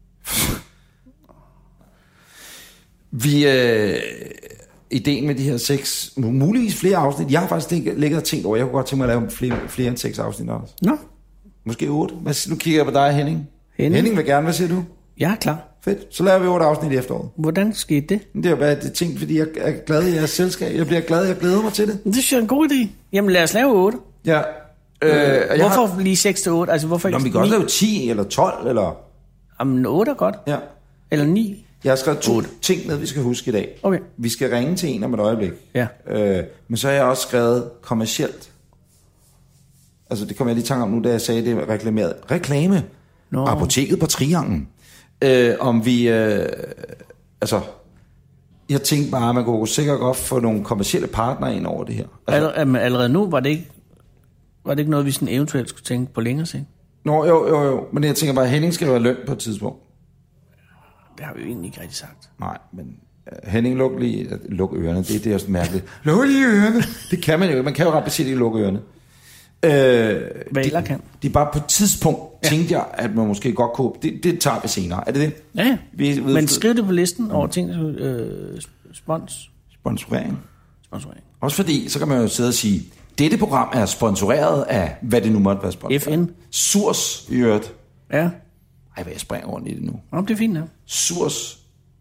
Vi, øh, ideen med de her seks, muligvis flere afsnit, jeg har faktisk ligget og tænkt over, jeg kunne godt tænke mig at lave flere, flere end seks afsnit også. Nå. Måske otte. Hvad, nu kigger jeg på dig, Henning. Henning. Henning vil gerne, hvad siger du? Jeg er klar. Fedt. Så laver vi otte afsnit i efteråret. Hvordan skete det? Det er jo bare det tænkt, fordi jeg er glad i jeres selskab. Jeg bliver glad, jeg glæder mig til det. Det synes jeg er en god idé. Jamen lad os lave otte. Ja. Øh, øh, hvorfor har... lige seks til otte? Altså hvorfor ikke? Nå, vi kan også lave ti eller tolv eller... Jamen otte er godt. Ja. Eller ni. Jeg har skrevet to ting ned, vi skal huske i dag. Okay. Vi skal ringe til en om et øjeblik. Ja. Øh, men så har jeg også skrevet kommercielt. Altså det kom jeg lige i tanke om nu, da jeg sagde det reklameret. Reklame. Nå. Apoteket på Triangen. Øh, om vi... Øh, altså... Jeg tænkte bare, at man kunne sikkert godt få nogle kommercielle partnere ind over det her. Altså, Aller, allerede nu var det ikke... Var det ikke noget, vi sådan eventuelt skulle tænke på længere sigt? Nå, jo, jo, jo. Men jeg tænker bare, at Henning skal være løn på et tidspunkt. Det har vi jo egentlig ikke rigtig sagt. Nej, men uh, Henning, luk lige... Uh, luk ørerne, det, det er også mærkeligt. Luk lige ørerne! Det kan man jo. Man kan jo ret beset ikke lukke ørerne. Uh, Hvad de, kan? Det er bare på et tidspunkt, ja. Tænkte jeg, at man måske godt kunne... Det, det tager vi senere. Er det det? Ja, vi, men skriv det på listen mm. over ting, øh, spons. Sponsorering. Sponsorering. Også fordi, så kan man jo sidde og sige... Dette program er sponsoreret af, hvad det nu måtte være sponsoreret. F N. Surs, i øvrigt. Ja. Ej, hvad jeg springer rundt i det nu. Nå, det er fint, ja. Surs.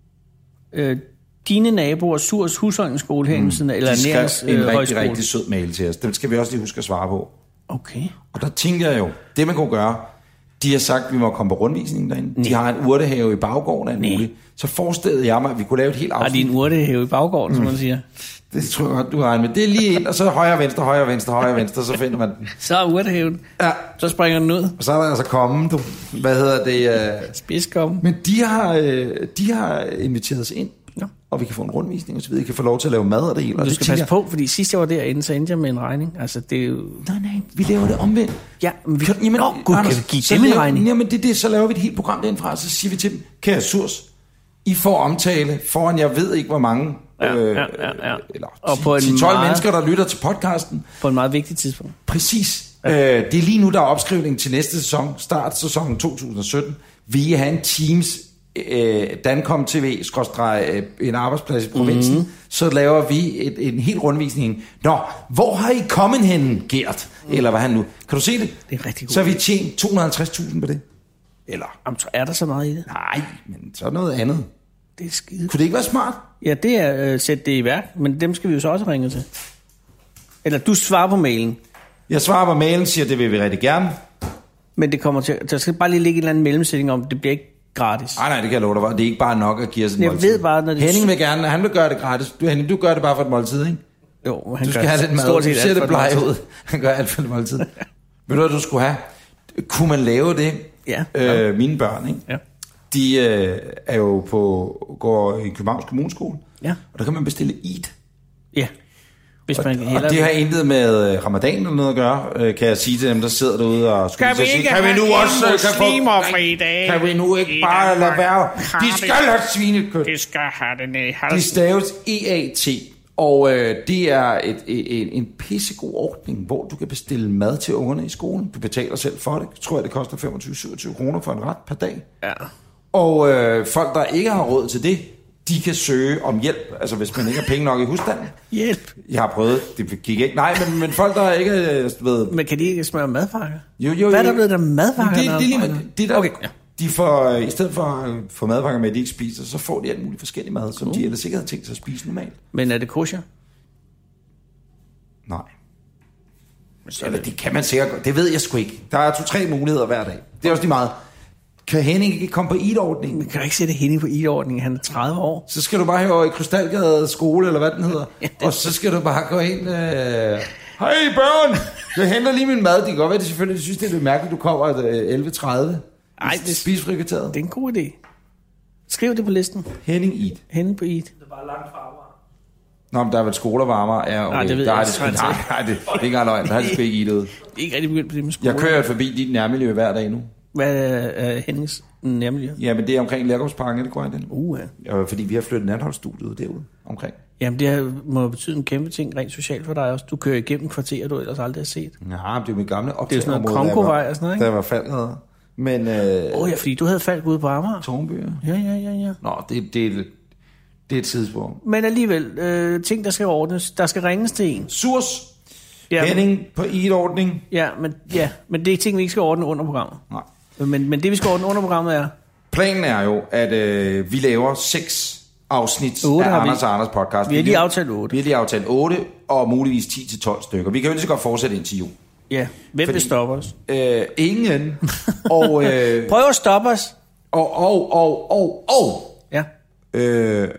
Øh, dine naboer, Surs husholdningsskole herinde, mm. eller Nærings øh, en rigtig, højskole. rigtig sød mail til os. Den skal vi også lige huske at svare på. Okay. Og der tænker jeg jo, det man kunne gøre, de har sagt, at vi må komme på rundvisningen derinde. Nej. De har en urtehave i baggården af muligt. Så forestillede jeg mig, at vi kunne lave et helt afsnit. Har de en urtehave i baggården, mm. som man siger? Det tror jeg godt, du har en med. Det er lige ind, og så højre, venstre, højre, venstre, højre, venstre, så finder man den. Så er urtehaven. Ja. Så springer den ud. Og så er der altså kommet, du. Hvad hedder det? Uh... Spidskommen. Men de har, uh, de har inviteret os ind, ja. Og vi kan få en rundvisning, og så videre. Vi kan få lov til at lave mad og det hele. Du og skal det passe på, fordi sidst jeg var derinde, så endte jeg med en regning. Altså, det er jo... Nej, nej, vi laver det omvendt. Ja, men vi... Kan, jamen, Nå, gud, Anders, kan vi give dem en regning? Jamen, det er det, så laver vi et helt program derindefra, så siger vi til dem, kære Surs, I får omtale foran, jeg ved ikke, hvor mange... Ja, øh, ja, ja, ja. Eller og på en ti tolv meget, mennesker, der lytter til podcasten. På en meget vigtig tidspunkt. Præcis. Ja. Øh, det er lige nu, der er opskrivning til næste sæson, start sæsonen to tusind og sytten. Vi har en Teams, øh, Dancom T V, skråstreg, øh, en arbejdsplads i provinsen. Mm-hmm. Så laver vi et, en helt rundvisning. Nå, hvor har I kommet hen, Gert? Mm. Eller hvad han nu? Kan du se det? Det er rigtig godt. Så har vi tjent to hundrede og halvtreds tusind på det. Eller? Jamen, er der så meget i det? Nej, men så er noget andet. Det er skide. Kunne det ikke være smart? Ja, det er at øh, sætte det i værk, men dem skal vi jo så også ringe til. Eller du svarer på mailen. Jeg svarer på mailen, siger, det vil vi rigtig gerne. Men det kommer til, der skal bare lige ligge en eller anden mellemsætning om, det bliver ikke gratis. Nej, nej, det kan jeg love dig. Det er ikke bare nok at give os en jeg måltid. Ved bare, når det... Henning vil gerne, han vil gøre det gratis. Du, Henning, du gør det bare for et måltid, ikke? Jo, han du skal gør have lidt mad. Stort set du ser det bleg ud. Han gør alt for et måltid. Ved du, hvad du skulle have? Kunne man lave det? Ja. Øh, mine børn, ikke? Ja. De øh, er jo på, går i Københavns Kommuneskole. Ja. Og der kan man bestille eat. Ja. Hvis man og, og det har intet med ramadan eller noget at gøre, øh, kan jeg sige til dem, der sidder derude og skal vi ikke kan vi nu også muslimerfri dag? Kan vi nu ikke bare lade være? De skal have svinekød. De skal have det ned i halsen. De staves E A T. Og øh, det er et, et, en pissegod ordning, hvor du kan bestille mad til ungerne i skolen. Du betaler selv for det. Jeg tror, det koster femogtyve til syvogtyve kroner for en ret per dag. Ja. Og øh, folk, der ikke har råd til det, de kan søge om hjælp. Altså, hvis man ikke har penge nok i husstanden. Hjælp? Jeg har prøvet. Det gik ikke. Nej, men, men folk, der ikke ved... Men kan de ikke smøre madpakker? Jo, jo, jo. Hvad er der blevet der madpakker? Det, det, det, det, det der... Okay, ja. De får, i stedet for at få madpakker med, at de ikke spiser, så får de alt muligt forskellige mad, som uh. de ellers ikke havde tænkt sig at spise normalt. Men er det kosher? Nej. Eller det kan man sikkert godt. Det ved jeg sgu ikke. Der er to-tre muligheder hver dag. Det er også lige meget. Kan Henning ikke komme på I D-ordningen? Man kan ikke sætte Henning på I D-ordningen. Han er tredive år. Så skal du bare høre i Krystalgade skole, eller hvad den hedder. Ja, det... Og så skal du bare gå ind... Øh... Hej børn! Jeg henter lige min mad. Det kan godt være, det selvfølgelig det synes, det er lidt mærkeligt, du kommer elleve tredive. Nej, det spiser frikateret. Det er en god idé. Skriv det på listen. Henning Eid. Henning på Eid. Det er bare langt fra Amager. Nå, men der er vel skoler varmere. Ja, okay. Nej, det ved der jeg er det, ikke. nej, nej, det, det er ikke engang løgn. Der er det sgu ikke Idet. Det er ikke rigtig begyndt på det med skole. Jeg kører forbi dit nærmiljø hver dag nu. Hvad er uh, Hennings nærmiljø? Ja, men det er omkring Lærgårdsparken, er det korrekt? Uh, ja. Fordi vi har flyttet natholdsstudiet derude omkring. Jamen, det her må betyde en kæmpe ting rent socialt for dig også. Du kører igennem kvarterer, du ellers aldrig har set. Ja, men det er jo mit gamle optageområde. Det er sådan noget Kronkovej og sådan noget, ikke? Der var faldet. Men... Åh øh, oh, ja, fordi du havde faldt ude på Amager. Tornby. Ja, ja, ja, ja. Nå, det, det, det er et tidspunkt. Men alligevel, øh, ting, der skal ordnes. Der skal ringes til en. Surs. Ja, Henning på I D-ordning. Ja, men, ja, men det er ting, vi ikke skal ordne under programmet. Nej. Men, men det, vi skal ordne under programmet er... Planen er jo, at øh, vi laver seks afsnit af Anders og Anders podcast. Vi har lige aftalt otte. Vi har lige aftalt otte, og muligvis ti til tolv stykker. Vi kan jo lige så godt fortsætte indtil jul. Ja, hvem Fordi, vil stoppe os? Øh, ingen. og, øh, Prøv at stoppe os. Og, og, og, og, og. Ja. Øh,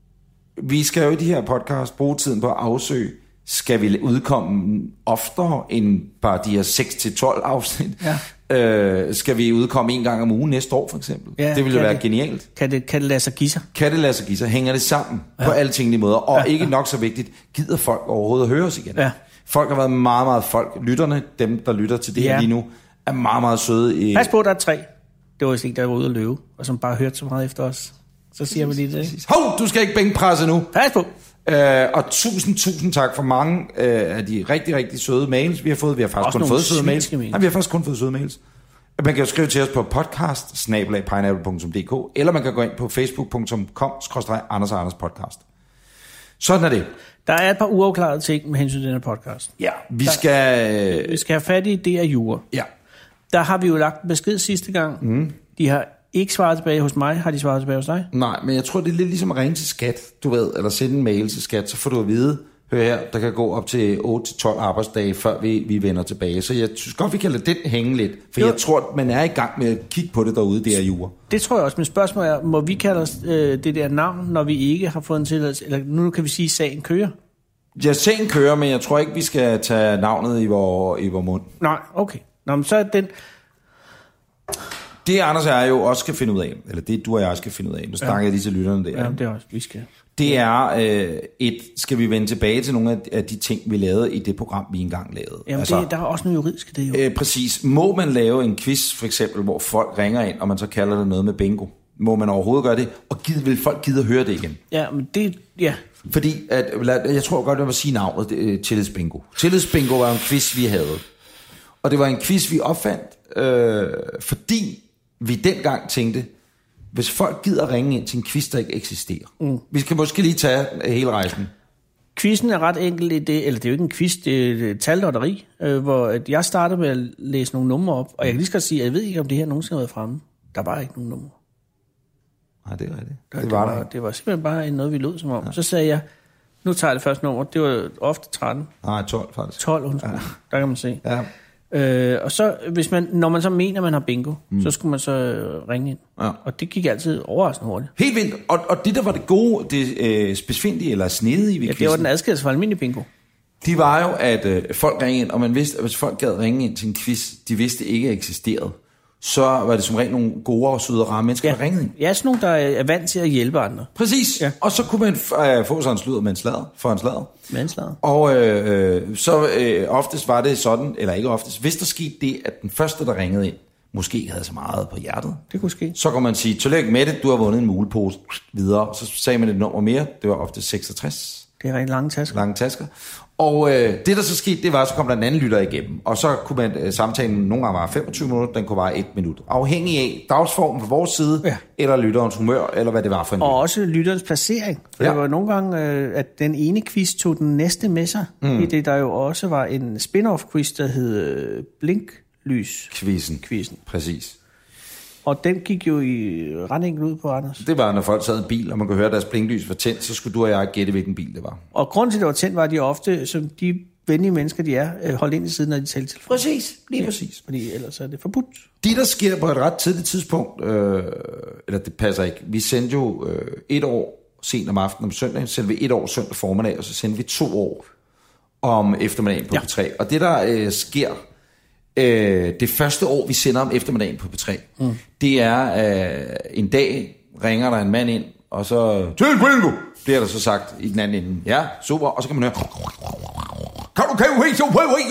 vi skal jo i de her podcast bruge tiden på at afsøge, skal vi udkomme oftere end bare de her seks til tolv afsnit? Ja. Øh, skal vi udkomme en gang om ugen næste år, for eksempel? Ja, det ville jo være det, genialt. Kan det, kan det lade sig give sig? Kan det lade sig give sig? Hænger det sammen ja. på alle tænkelige måder? Og ja, ikke nok så vigtigt, gider folk overhovedet at høre os igen? Ja. Folk har været meget, meget folk. Lytterne, dem der lytter til det ja. her lige nu, er meget, meget søde. I... Pas på, der er tre. Det var ikke, der var ude at løbe, og som bare hørte så meget efter os. Så siger vi lige det. Hov, du skal ikke bænkpresse nu. Pas på. Øh, og tusind, tusind tak for mange øh, af de rigtig, rigtig søde mails, vi har fået. Vi har faktisk også kun fået søde mails. mails. Nej, vi har faktisk kun fået søde mails. Man kan jo skrive til os på podcast snabel-a pineapple punktum d k, eller man kan gå ind på facebook punktum com skråstreg Anders og Anders podcast. Sådan er det. Der er et par uafklarede ting med hensyn til den her podcast. Ja, vi der, skal... Vi skal have fat i det af jura. Ja. Der har vi jo lagt besked sidste gang. Mm. De har ikke svaret tilbage hos mig. Har de svaret tilbage hos dig? Nej, men jeg tror, det er lidt ligesom at ringe til skat, du ved, eller sende en mail til skat, så får du at vide, hør her, der kan gå op til otte til tolv arbejdsdage, før vi, vi vender tilbage. Så jeg synes godt, vi kan lade den hænge lidt, for jo. Jeg tror, man er i gang med at kigge på det derude, det er jura. Det tror jeg også, men spørgsmålet er, må vi kalde os øh, det der navn, når vi ikke har fået en tilladelse, eller nu kan vi sige, at sagen kører? Ja, sagen kører, men jeg tror ikke, vi skal tage navnet i vores i vor mund. Nej, okay. Nå, men så er den... Det Anders og jeg jo også skal finde ud af, eller det du og jeg skal finde ud af, nu snakker ja. jeg lige til lytterne der. Ja, det er også, vi skal. Det er, øh, et, skal vi vende tilbage til nogle af de ting, vi lavede i det program, vi engang lavede. Jamen, altså, det, der er også noget juridisk i det jo. Øh, præcis. Må man lave en quiz, for eksempel, hvor folk ringer ind, og man så kalder det noget med bingo? Må man overhovedet gøre det? Og gider, vil folk gide at høre det igen? Ja, men det, ja. Fordi, at, jeg tror godt, jeg må sige navnet, det, Tillidsbingo. Tillidsbingo var en quiz, vi havde. Og det var en quiz, vi opfandt, øh, fordi vi dengang tænkte, hvis folk gider ringe ind til en quiz, der ikke eksisterer. Mm. Vi skal måske lige tage hele rejsen. Quizzen er ret enkel i det, eller det er jo ikke en quiz, det er et tallotteri, øh, hvor jeg startede med at læse nogle numre op, og jeg kan lige skal sige, at jeg ved ikke, om det her nogensinde har været fremme. Der var ikke nogen numre. Nej, det er rigtigt. Det, det, var, det, var, det var simpelthen bare noget, vi lød som om. Ja. Så sagde jeg, nu tager jeg det første nummer, det var ofte tretten. Nej, tolv faktisk. tolv, undskyld. Ja. Der kan man se. Ja. Øh, og så, hvis man, når man så mener, man har bingo, mm. så skulle man så ringe ind. Ja. Og det gik altid overraskende hurtigt. Helt vildt. Og, og det, der var det gode, det øh, specifindige eller snedige ved ja, quizzen, det var den adskillelse for almindelig bingo. De var jo, at øh, folk ringede ind, og man vidste, at hvis folk gad ringe ind til en quiz, de vidste ikke eksisterede, så var det som regel nogle gode og søde og rare mennesker, ja. der ringede ind. Ja, sådan nogle, der er vant til at hjælpe andre. Præcis. Ja. Og så kunne man øh, få sig en sludder med en sladder, for en sladder. Med en sladder. Og øh, så øh, oftest var det sådan, eller ikke oftest, hvis der skete det, at den første, der ringede ind, måske ikke havde så meget på hjertet. Det kunne ske. Så kunne man sige, tillykke med det, du har vundet en mulepose videre. Så sagde man et nummer mere, det var ofte seksogtres. Det er rigtig lange tasker. Lange tasker. Og øh, det, der så skete, det var, så kom der en anden lytter igennem. Og så kunne man øh, samtalen nogle gange var femogtyve minutter, den kunne være et minut. Afhængig af dagsformen på vores side, ja. Eller lytterens humør, eller hvad det var for en Og lytter. også lytterens placering. For ja. Det var nogle gange, øh, at den ene quiz tog den næste med sig. Mm. I det, der jo også var en spin-off quiz, der hed øh, Blinklys. Quizzen. Quizzen. Præcis. Og den gik jo i ret enkelt ud på, Anders. Det var, når folk sad i en bil, og man kunne høre, at deres blinklys var tændt, så skulle du og jeg gætte, hvilken bil det var. Og grunden til, at det var tændt, var, at de ofte, som de venlige mennesker, de er, holdt ind i siden, når de talte til. Præcis, lige ja, præcis. Fordi ellers er det forbudt. Det, der sker på et ret tidligt tidspunkt, øh, eller det passer ikke, vi sendte jo øh, et år sent om aftenen om søndagen, sendte vi et år søndag formiddag, og så sendte vi to år om eftermiddagen på ja. P tre. Og det, der øh, sker øh, det første år, vi sender om eftermiddagen på P tre, mm. det er øh, en dag ringer der en mand ind, og så til bingo, det er der så sagt i den anden ende. Ja, super, og så kan man høre kan du kan du helt så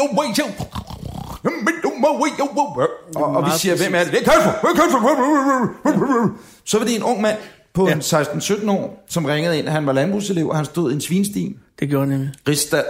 og, og vi siger, hvem er det? Det er Kasper. Så var det en ung mand på ja. seksten sytten år, som ringede ind. Han var landbrugselev, og han stod i en svinstien. Det gjorde han nemlig. Rigsdal.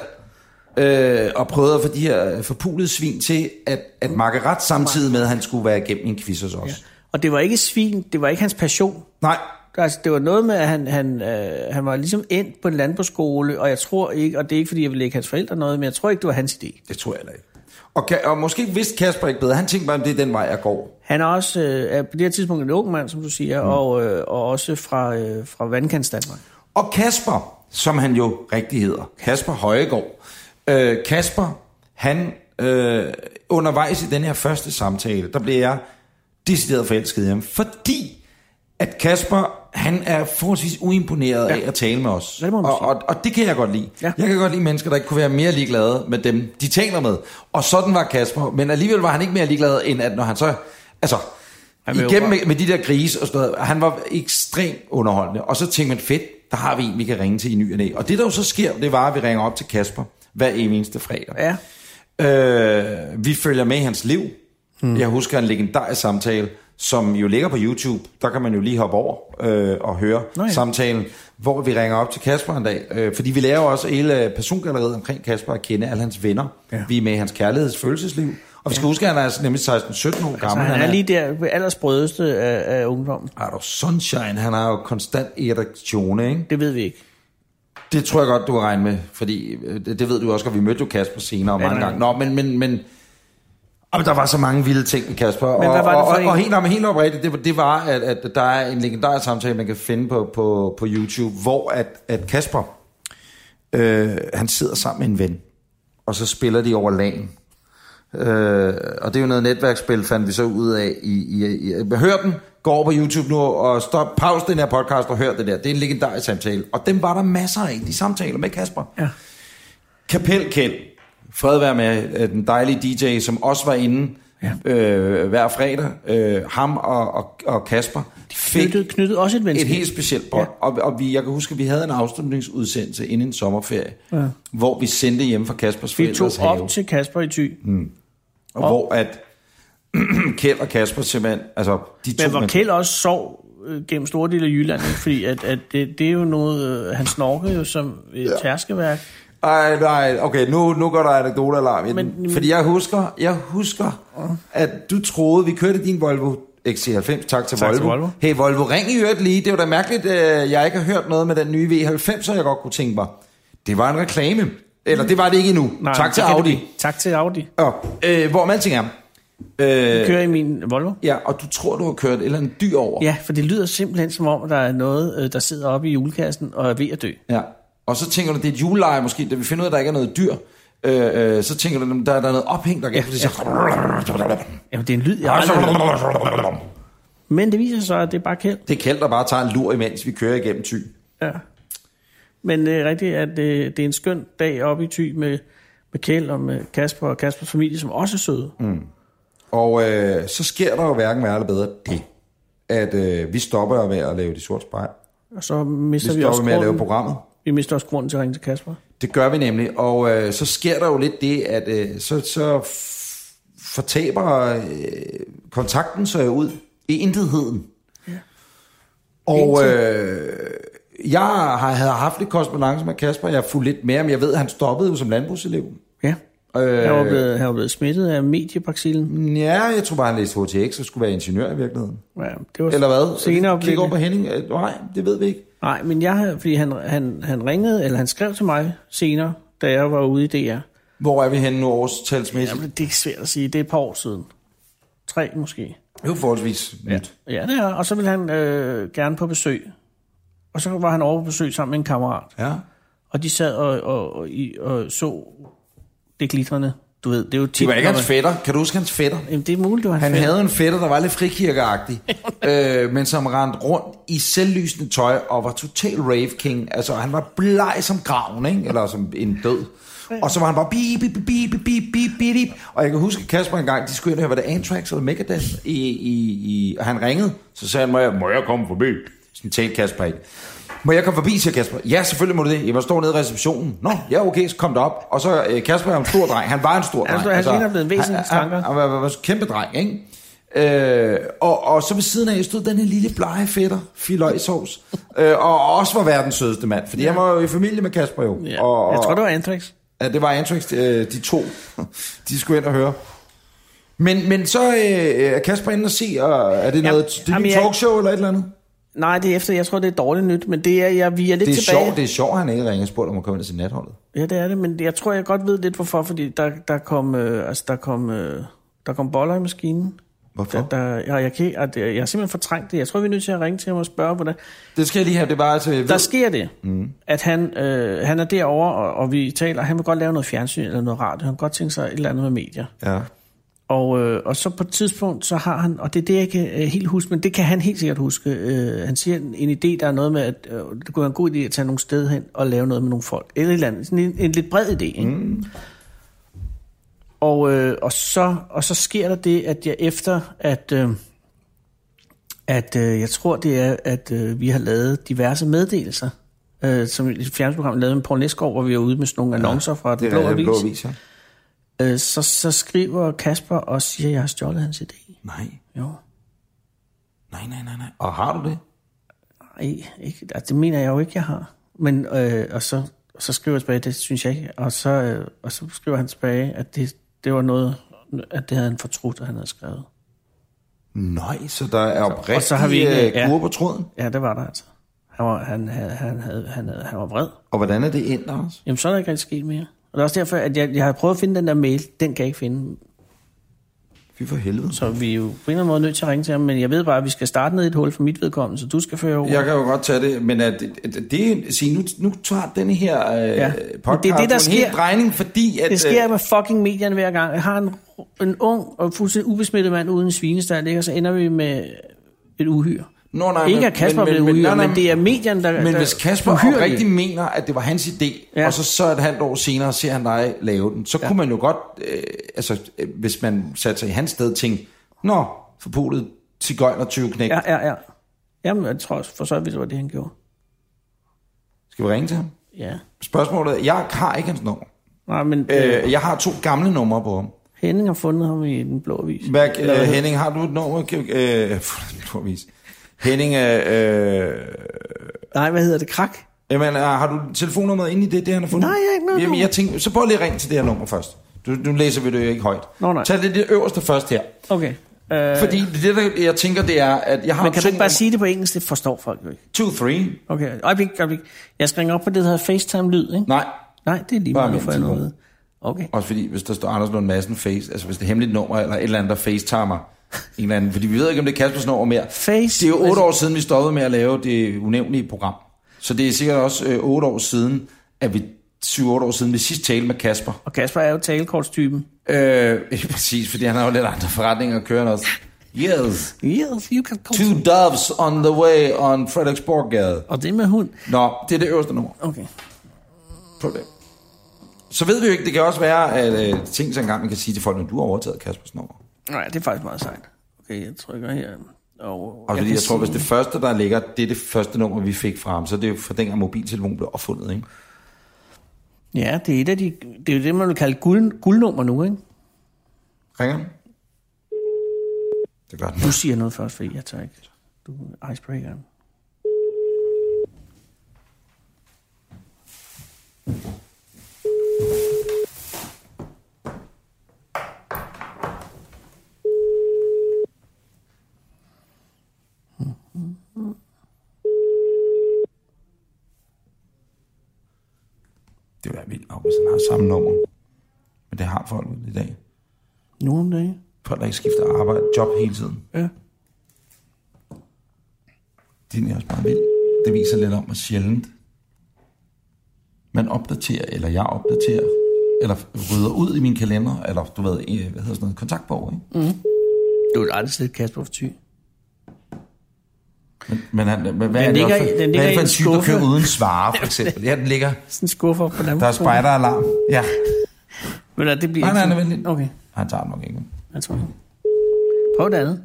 Øh, og prøvede at få de her forpulede svin til at, at makke ret samtidig med, at han skulle være igennem en quiz hos os. Ja. Og det var ikke svin, det var ikke hans passion. Nej. Altså, det var noget med, at han, han, øh, han var ligesom endt på en landbrugsskole, og jeg tror ikke, og det er ikke fordi, jeg vil lægge hans forældre noget, men jeg tror ikke, det var hans idé. Det tror jeg heller ikke. Og, og måske vidste Kasper ikke bedre. Han tænkte bare, at det er den vej, jeg går. Han er også øh, er på det her tidspunkt en ung mand, som du siger, mm. og, øh, og også fra, øh, fra Vandkants Danmark. Og Kasper, som han jo rigtig hedder, Kasper Højgaard. Øh, Kasper, han øh, undervejs i den her første samtale, der blev jeg decideret forelsket i ham, fordi at Kasper, han er forholdsvis uimponeret ja. af at tale med os. Det og, og, og det kan jeg godt lide. Ja. Jeg kan godt lide mennesker, der ikke kunne være mere ligeglade med dem, de taler med. Og sådan var Kasper. Men alligevel var han ikke mere ligeglad, end at når han så... Altså, igennem med, med de der grise og sådan noget, han var ekstremt underholdende. Og så tænkte man, fedt, der har vi en, vi kan ringe til i ny og næ. Og det, der jo så sker, det var, at vi ringer op til Kasper hver eneste fredag. Ja. Øh, vi følger med i hans liv. Hmm. Jeg husker en legendarisk samtale, som jo ligger på YouTube. Der kan man jo lige hoppe over øh, og høre Nå ja. samtalen, hvor vi ringer op til Kasper en dag. Øh, fordi vi laver også hele persongalleriet omkring Kasper at kende alle hans venner. Ja. Vi er med i hans kærlighedsfølelsesliv. Og vi skal ja. huske, at han er nemlig seksten sytten år gammel. Altså, han, han er lige der ved allersprødeste af, af ungdommen. Er du sunshine? Han har jo konstant erektion, ikke? Det ved vi ikke. Det tror jeg godt, du kan regne med. Fordi det, det ved du også, og vi mødte jo Kasper senere ja, mange gange. Nå, men... men, men Og der var så mange vilde ting med Kasper, og, og, og, og helt, helt oprigtigt, det, det var, at, at der er en legendarisk samtale, man kan finde på, på, på YouTube, hvor at, at Kasper, øh, han sidder sammen med en ven, og så spiller de over LAN. Øh, og det er jo noget netværksspil, fandt vi så ud af. I, i, i, hør den, gå over på YouTube nu, og stop, pause den her podcast og hør det der. Det er en legendarisk samtale, og dem var der masser af, de samtaler med Kasper. Ja. Kapel Kjeld. Fred være med den dejlige D J, som også var inde ja. øh, hver fredag. Øh, ham og, og, og Kasper fik knyttede, knyttede også et venskab. Et helt specielt bånd. Ja. Og, og vi, jeg kan huske, at vi havde en afslutningsudsendelse inden en sommerferie, ja. hvor vi sendte hjem fra Kaspers forældres have. Vi tog op til Kasper i Thy. Mm. Og op. Hvor at Kjeld og Kasper simpelthen... Altså, de Men hvor Kjeld også sov øh, gennem store dele af Jylland, fordi at, at det, det er jo noget... Øh, han snorkede jo som et ja. tærskeværk. Ej, nej, okay, nu, nu går der anekdotealarm i den. Men, fordi jeg husker, jeg husker, at du troede, vi kørte din Volvo X C halvfems, tak til tak Volvo. Til Volvo. Hey Volvo, ring i øvrigt lige, det var da mærkeligt, at jeg ikke har hørt noget med den nye V halvfems, så jeg godt kunne tænke mig. Det var en reklame, eller det var det ikke endnu. Nej, tak til Audi. Det. Tak til Audi. Ja, øh, hvor alting er. Øh, kører i min Volvo. Ja, og du tror, du har kørt et eller andet dyr over. Ja, for det lyder simpelthen som om, at der er noget, der sidder oppe i julekassen og er ved at dø. Ja. Og så tænker du, det er et juleleje måske, da vi finder ud af, at der ikke er noget dyr. Øh, øh, så tænker du, der, der er noget ophæng, der kan... Ja, ja. Jamen, det er en lyd, jeg aldrig... Men det viser sig, at det er bare Kjeld. Det er Kjeld, der bare tager en lur, imens vi kører igennem Thy. Ja. Men det er rigtigt, at det, det er en skøn dag oppe i Thy med, med Kjeld og med Kasper og Kaspers familie, som også er søde. Mm. Og øh, så sker der jo hverken værre eller bedre det, at øh, vi stopper med at lave De Sorte Spejl. Og så mister vi, vi også med at lave programmet. Vi mister også grunden til at ringe til Kasper. Det gør vi nemlig, og øh, så sker der jo lidt det, at øh, så, så f- fortaber øh, kontakten så ud i intetheden. Ja. Og øh, jeg har, havde haft lidt korrespondance med Kasper, jeg har fulgt lidt mere, men jeg ved, at han stoppede jo som landbrugselev. Ja, øh, han var blevet, han var blevet smittet af mediebacillen. Ja, jeg tror bare, han læste H T X og skulle være ingeniør i virkeligheden. Ja, det var eller hvad? Senere. Kig over på Henning. Nej, det ved vi ikke. Nej, men jeg, fordi han, han, han ringede, eller han skrev til mig senere, da jeg var ude i D R. Hvor er vi henne nu årstalsmæssigt? Jamen, det er svært at sige. Det er et par år siden. Tre måske. Det er jo forholdsvis nyt. Ja, ja, det er. Og så ville han øh, gerne på besøg. Og så var han over på besøg sammen med en kammerat. Ja. Og de sad og, og, og, og så det glitrende. Du ved, det er jo tit, det var ikke hans man... fætter. Kan du huske hans fætter? Jamen, det er muligt, det var Han fætter. havde en fætter, der var lidt frikirkeagtig, øh, men som rendte rundt i selvlysende tøj og var total rave king. Altså, han var bleg som graven, ikke? Eller som en død. Og så var han bare bip, bip, bip, bip, bip, bip, bip. Og jeg kan huske, Kasper engang, de skulle ind og høre, var det Anthrax eller Megadeth? I, i, i, og han ringede, så sagde han, må jeg, må jeg komme forbi? Sådan talte Kasper ikke. Må jeg komme forbi, siger Kasper. Ja, selvfølgelig må du det. Jeg var stå nede i receptionen. Nå, ja, okay, så kom derop. Og så øh, Kasper er en stor dreng. Han var en stor dreng. Han altså, er blevet en væsentlig han, han, han var, var, var kæmpe dreng, ikke? Øh, og, og så ved siden af stod den her lille blege fætter, filøjsovs, øh, og også var verdens sødeste mand. Fordi ja. Han var jo i familie med Kasper jo. Ja. Og, og, jeg tror, det var Anthrax. Ja, det var Anthrax, øh, de to. De skulle ind og høre. Men, men så øh, er Kasper inde og se, og er det noget ja, det er et talkshow jeg... eller et eller andet? Nej, det er efter, jeg tror, det er dårligt nyt, men det er, ja, vi er lidt det er tilbage. Sjov, det er sjovt, han ikke ringer og spurgte, om at komme ind til natholdet. Ja, det er det, men jeg tror, jeg godt ved lidt, hvorfor, fordi der, der kom, øh, altså, der kom, øh, der kom boller i maskinen. Hvorfor? Der, der, ja, jeg, kan, at jeg, jeg har simpelthen fortrængt det. Jeg tror, vi er nødt til at ringe til ham og spørge, hvordan... Det skal jeg lige have, det var altså... Der sker det, mm. at han, øh, han er derovre, og, og vi taler, han vil godt lave noget fjernsyn eller noget radio. Han vil godt tænke sig et eller andet med medier. Ja. Og, øh, og så på et tidspunkt, så har han, og det er det, jeg kan øh, helt huske, men det kan han helt sikkert huske. Øh, han siger en, en idé, der er noget med, at øh, det kunne være en god idé at tage nogle steder hen og lave noget med nogle folk. Eller et eller andet. Sådan en, en lidt bred idé, ikke? Mm. Og, øh, og, så, og så sker der det, at jeg efter, at, øh, at øh, jeg tror, det er, at øh, vi har lavet diverse meddelelser, øh, som et fjernsynsprogram lavede med Poul Næsgaard, hvor vi er ude med sådan nogle annoncer fra Den Blå Avis. Blå Avis, ja. øh, så, så skriver Kasper og siger, at jeg har stjålet hans idé. Nej. Jo. Nej, nej, nej, nej. Og har du det? Nej, ikke. Altså, det mener jeg jo ikke, jeg har. Men, øh, og så, så skriver jeg tilbage, det synes jeg ikke. Og så, øh, og så skriver han tilbage, at det, det var noget, at det havde han fortrudt, at han havde skrevet. Nej, så der er oprigtig og så har vi ikke, ja. Kur på tråden? Ja, det var der altså. Han var, han, han, han, havde, han, havde, han var vred. Og hvordan er det endt også? Jamen, så er der ikke rigtig sket mere. Og det er også derfor, at jeg, jeg har prøvet at finde den der mail. Den kan jeg ikke finde. Fy for helvede. Så vi er jo på en eller anden måde nødt til at ringe til ham. Men jeg ved bare, at vi skal starte ned i et hul for mit vedkommende, så du skal føre over. Jeg kan jo godt tage det, men at det, det sige, nu, nu tager denne her øh, ja. podcast det er det, der en sker, helt drejning, fordi at... Det sker med fucking medierne hver gang. Jeg har en, en ung og fuldstændig ubesmittet mand uden en svinestald, og så ender vi med et uhyre. Nå, nej, ikke at Kasper blev uhyre, men det er medierne, der... Men der, hvis Kasper rigtig mener, at det var hans idé, ja. Og så, så et halvt år senere ser han dig lave den, så ja. Kunne man jo godt, øh, altså hvis man satte sig i hans sted, tænke, nå, forpulet tigøjner tyve knæk. Ja, ja, ja. Jamen, jeg tror for så vidt, det var det, han gjorde. Skal vi ringe til ham? Ja. Spørgsmålet er, jeg har ikke hans nummer. Nej, men... Øh, jeg har to gamle numre på ham. Henning har fundet ham i Den Blå Avis. Hvad, øh, Henning, har du et nummer? Øh, Den Blå Avis. Henning, øh... Nej, hvad hedder det? Krak? Jamen, har du telefonnummeret inde i det, det han har fundet? Nej, jeg har ikke noget. Jamen, jeg tænker, så prøv lige at ringe til det her nummer først. Du, nu læser vi det jo ikke højt. Nå, nej. Tag det, det øverste først her. Okay. Uh... Fordi det, der, jeg tænker, det er, at jeg har... Men kan du ikke bare sige det på engelsk? Det forstår folk jo ikke. to tre. Okay, øjeblik, øjeblik. Jeg skal ringe op på det, der hedder FaceTime-lyd, ikke? Nej. Nej, det er lige meget, for jeg noget. Okay. Også fordi, hvis der står Anders Lund Madsen face, altså hvis det er hemmeligt nummer, eller et eller andet, der facetimer en eller anden, fordi vi ved ikke, om det er Kaspers nummer mere. Face, det er jo otte år siden, vi stoppede med at lave det unævnlige program. Så det er sikkert også øh, otte år siden, at vi syv otte år siden, vi sidst talte med Kasper. Og Kasper er jo talekortstypen. Øh, præcis, fordi han har jo lidt andre forretninger at køre også. Yes. Yes, you can Two some. Doves on the way on Frederiksborggade. Og det med hund. Nå, det er det øverste nummer. Okay. Prøv det. Så ved vi jo ikke, det kan også være, at øh, ting så engang man kan sige til folk, når du har overtaget Kaspers nummer. Nej, det er faktisk meget sejt. Okay, jeg trykker her. Og, og jeg, fordi jeg tror, hvis det første, der ligger, det er det første nummer, vi fik fra ham, så det er jo for dengang mobiltelefon blev opfundet, ikke? Ja, det er et af de, det er jo det, man vil kalde guld, guldnummer nu, ikke? Ringer det gør den. Du siger noget først, fordi jeg tager ikke. Du er icebreakeren. Det var vildt nok, hvis han har samme nummer. Men det har folk i dag. Nu om dagen? Folk, der ikke skifter arbejde, job hele tiden. Ja. Det er også meget vildt. Det viser lidt om, hvor sjældent man opdaterer, eller jeg opdaterer, eller rydder ud i min kalender, eller du ved, hvad hedder sådan noget, kontaktbog, ikke? Mm. Du har aldrig set Kasper for Thy. Men, men han, hvad, hvad den er ligger, det for, den hvad er det for en type, der kører uden svare, for ja, eksempel? Ja, den ligger... Sådan en skuffer på dem. Der er spider-alarm, ja. Men der, det bliver nej, ikke nej, nej, nej. Okay. Han tager den nok ikke. Jeg tror ikke. Prøv det andet.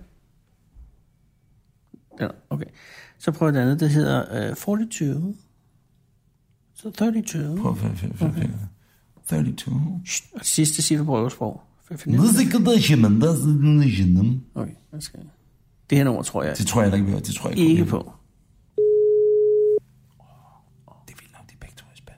Ja, okay. Så prøv det andet. Det hedder uh, fireogtyve. Så treogtyve. Prøv treogtyve. treogtyve. Og det sidste siger du på øvesprog. Okay, hvad skal jeg? Det her nummer tror jeg... Det tror jeg ikke, vi har. Det tror jeg ikke, ikke på. Det vil nok de begge to i spil.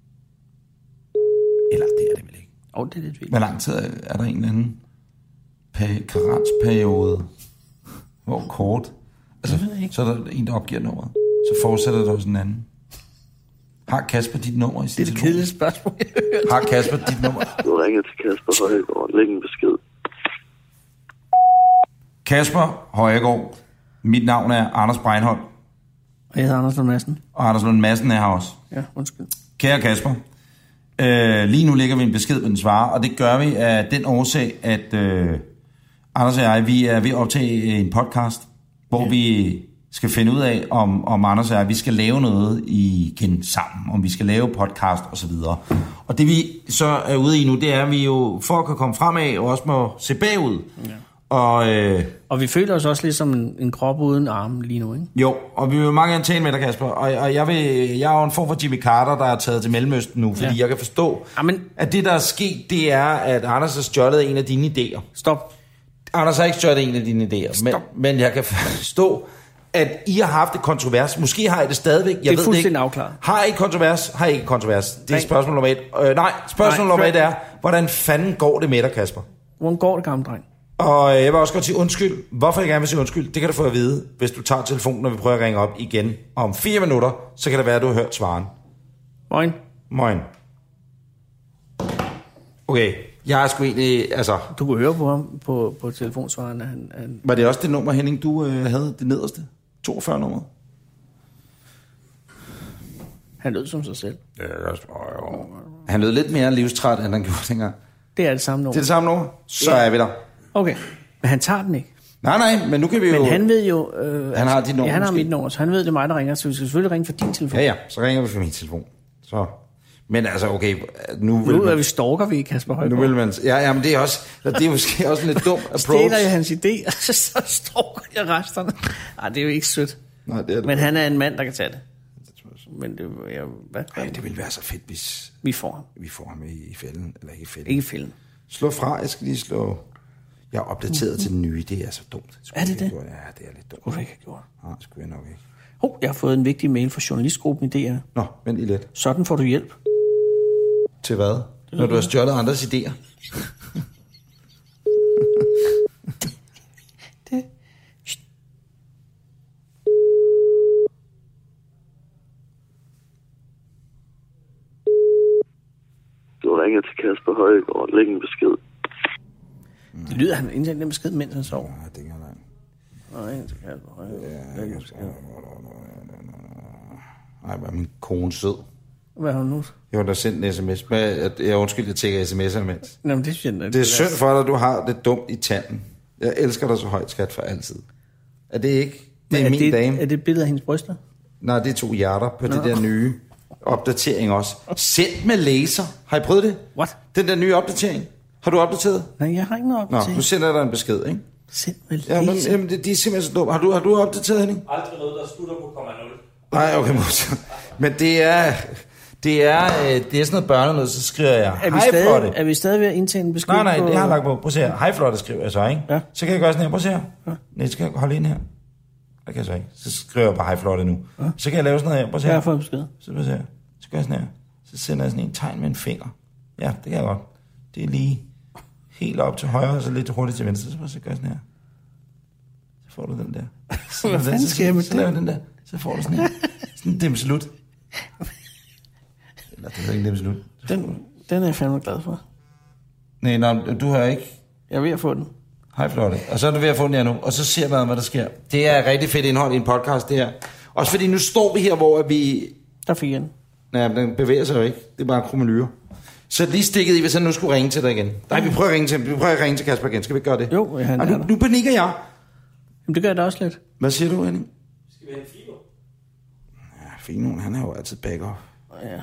Eller det er det vel ikke. Åh, oh, det er lidt vildt. Hvor lang tid er der en eller anden karensperiode, hvor kort... Altså, så er der en, der opgiver nummeret. Så fortsætter der også en anden. Har Kasper dit nummer i sin telefon? Det er det kedelige spørgsmål, jeg hørte. Har Kasper dit nummer? Du ringer til Kasper Højgaard. Læg en besked. Kasper Højgaard. Mit navn er Anders Breinholt. Og jeg hedder Anders Lund Madsen. Og Anders Lund Madsen er her også. Ja, undskyld. Kære Kasper. Øh, lige nu lægger vi en besked på den svare, og det gør vi af den årsag, at øh, Anders og jeg, vi er ved at optage en podcast, hvor ja. vi skal finde ud af, om, om Anders og jeg, vi skal lave noget igen sammen, om vi skal lave podcast og så videre. Og det vi så er ude i nu, det er, at vi jo for at kunne komme fremad, og også må se bagud. Ja. Og, øh, og vi føler os også lidt som en, en krop uden arme lige nu, ikke? Jo, og vi vil mange gerne tale med dig, Kasper. Og, og jeg, vil, jeg er jo en form for Jimmy Carter, der er taget til Mellemøsten nu, fordi ja. jeg kan forstå, Amen. at det, der er sket, det er, at Anders har stjålet en af dine idéer. Stop. Anders har ikke stjålet en af dine idéer, men, men jeg kan forstå, at I har haft et kontrovers. Måske har I det stadigvæk. Jeg det er ved fuldstændig ikke. afklaret. Har I kontrovers? Har I ikke kontrovers? Det er nej. spørgsmål nummer et. Øh, nej, spørgsmål nej, nummer et er, hvordan fanden går det med dig, Kasper? Hvordan går det, gamle dreng? Og jeg vil også godt sige undskyld. Hvorfor jeg gerne vil sige undskyld, det kan du få at vide, hvis du tager telefonen, når vi prøver at ringe op igen. Om fire minutter, så kan det være, at du har hørt svaren. Moin. Moin. Okay, jeg er sgu egentlig, altså... Du kunne høre på ham på, på telefonsvaren. Han, han... Var det også det nummer, Henning, du øh, havde, det nederste? toogfyrre nummer? Han lød som sig selv. Ja, også, øh, øh. Han lød lidt mere livstræt, end han gjorde dengang. Det er det samme nummer. Det er det samme nummer? Så ja. er vi der. Okay, men han tager den ikke. Nej, nej, men nu kan vi jo... Men han ved jo... Øh, han har dit nummer. Ja, han har måske. mit nummer, så han ved, det er mig, der ringer, så vi skal selvfølgelig ringe for din telefon. Ja, ja, så ringer vi for min telefon. Så... Men altså, okay, nu vil Nu man... er vi stalker vi, Kasper Højgaard. Nu vil man... Ja, ja, men det er også... Det er måske også en lidt dum approach. Stjæler jeg hans idé, og så stalker jeg resterne. Ej, det er jo ikke sødt. Nej, det er det. Men han er en mand, der kan tage det. Men det, jeg, hvad Ej, det ville være så fedt, hvis... Vi får ham. Vi får ham i, i fælden, eller ikke i fælden. Ikke i fælden. Slå fra, jeg skal lige slå... Jeg er opdateret mm-hmm. til den nye, det er så dumt. Er det det? Ja, det er lidt dumt. Skulle du ikke have gjort? Nej, det skulle jeg nok ikke. Oh, jeg har fået en vigtig mail fra journalistgruppen i D R. Nå, vent lige lidt. Sådan får du hjælp. Til hvad? Når du har stjålet andres idéer? det... Du ringer til Kasper Højgaard. Læg en besked. Det lyder, han indsendte en besked, mens han sov. Ja, det kan han. Nej, til Kasper Højgaard. Læg en besked. Nej, var min kone sød. Hvad har hun nu? Jeg har da sendt en sms. Jeg, jeg undskyld, jeg tækker sms'er imens. Nå, men det synes jeg, det er synd for dig, at du har det dumt i tanden. Jeg elsker dig så højt, skat, for altid. Er det ikke? Det er, er min det, dame. Er det et billede af hendes bryster? Nej, det er to hjerter på Nå. det der nye opdatering også. Sendt med laser. Har I prøvet det? What? Den der nye opdatering. Har du opdateret? Nej, jeg har ikke noget opdatering. Nå, nu sender jeg dig en besked, ikke? Sendt med laser? Ja, men, jamen, det, de er simpelthen så dumme. Har du, har du opdateret, Henning? Aldrig noget, der slutter på komma nul. Nej, okay, men det er... Det er, det er sådan noget børnenød, så skriver jeg, er vi hej stadig, Flotte. Er vi stadig ved at indtage en besked? Nej, nej, på... det har jeg lagt på. Prøv at se her. Hej Flotte, skriver jeg så, ikke? Ja. Så kan jeg gøre sådan her. Prøv at se her. Ja. Nej, så kan jeg holde ind her. Det kan jeg så ikke. Så skriver jeg bare hej Flotte nu. Ja. Så kan jeg lave sådan noget her. Prøv at se her. Jeg har fået besked. Så prøv at se her. Så gør jeg sådan her. Så sender jeg sådan en tegn med en finger. Ja, det kan jeg godt. Det er lige helt op til højre, og så lidt hurtigt til venstre. Så prøv at gøre sådan her. Så får du den der. Så hvad fanden sker jeg med det? Så laver den der. Så får du sådan her. Sådan en dimselut. Eller det er ikke dem slut. Den, den er jeg fandme glad for. Nej, nej, du har ikke... Jeg er ved at få den. Hej Flotte. Og så er du ved at få den her nu, og så ser man, hvad der sker. Det er rigtig fedt indhold i en podcast, det her. Også fordi nu står vi her, hvor vi... Der fik jeg den. Nej, den bevæger sig jo ikke. Det er bare krumelyre. Så lige stikket i, hvis han nu skulle ringe til dig igen. Nej, vi prøver at ringe til, vi prøver at ringe til Kasper igen. Skal vi ikke gøre det? Jo, han er nu, nu panikker jeg. Jamen, det gør jeg da også lidt. Hvad siger du, Henning? Skal vi have en Fino? Ja, Finoen, han er jo altid backup. Ja.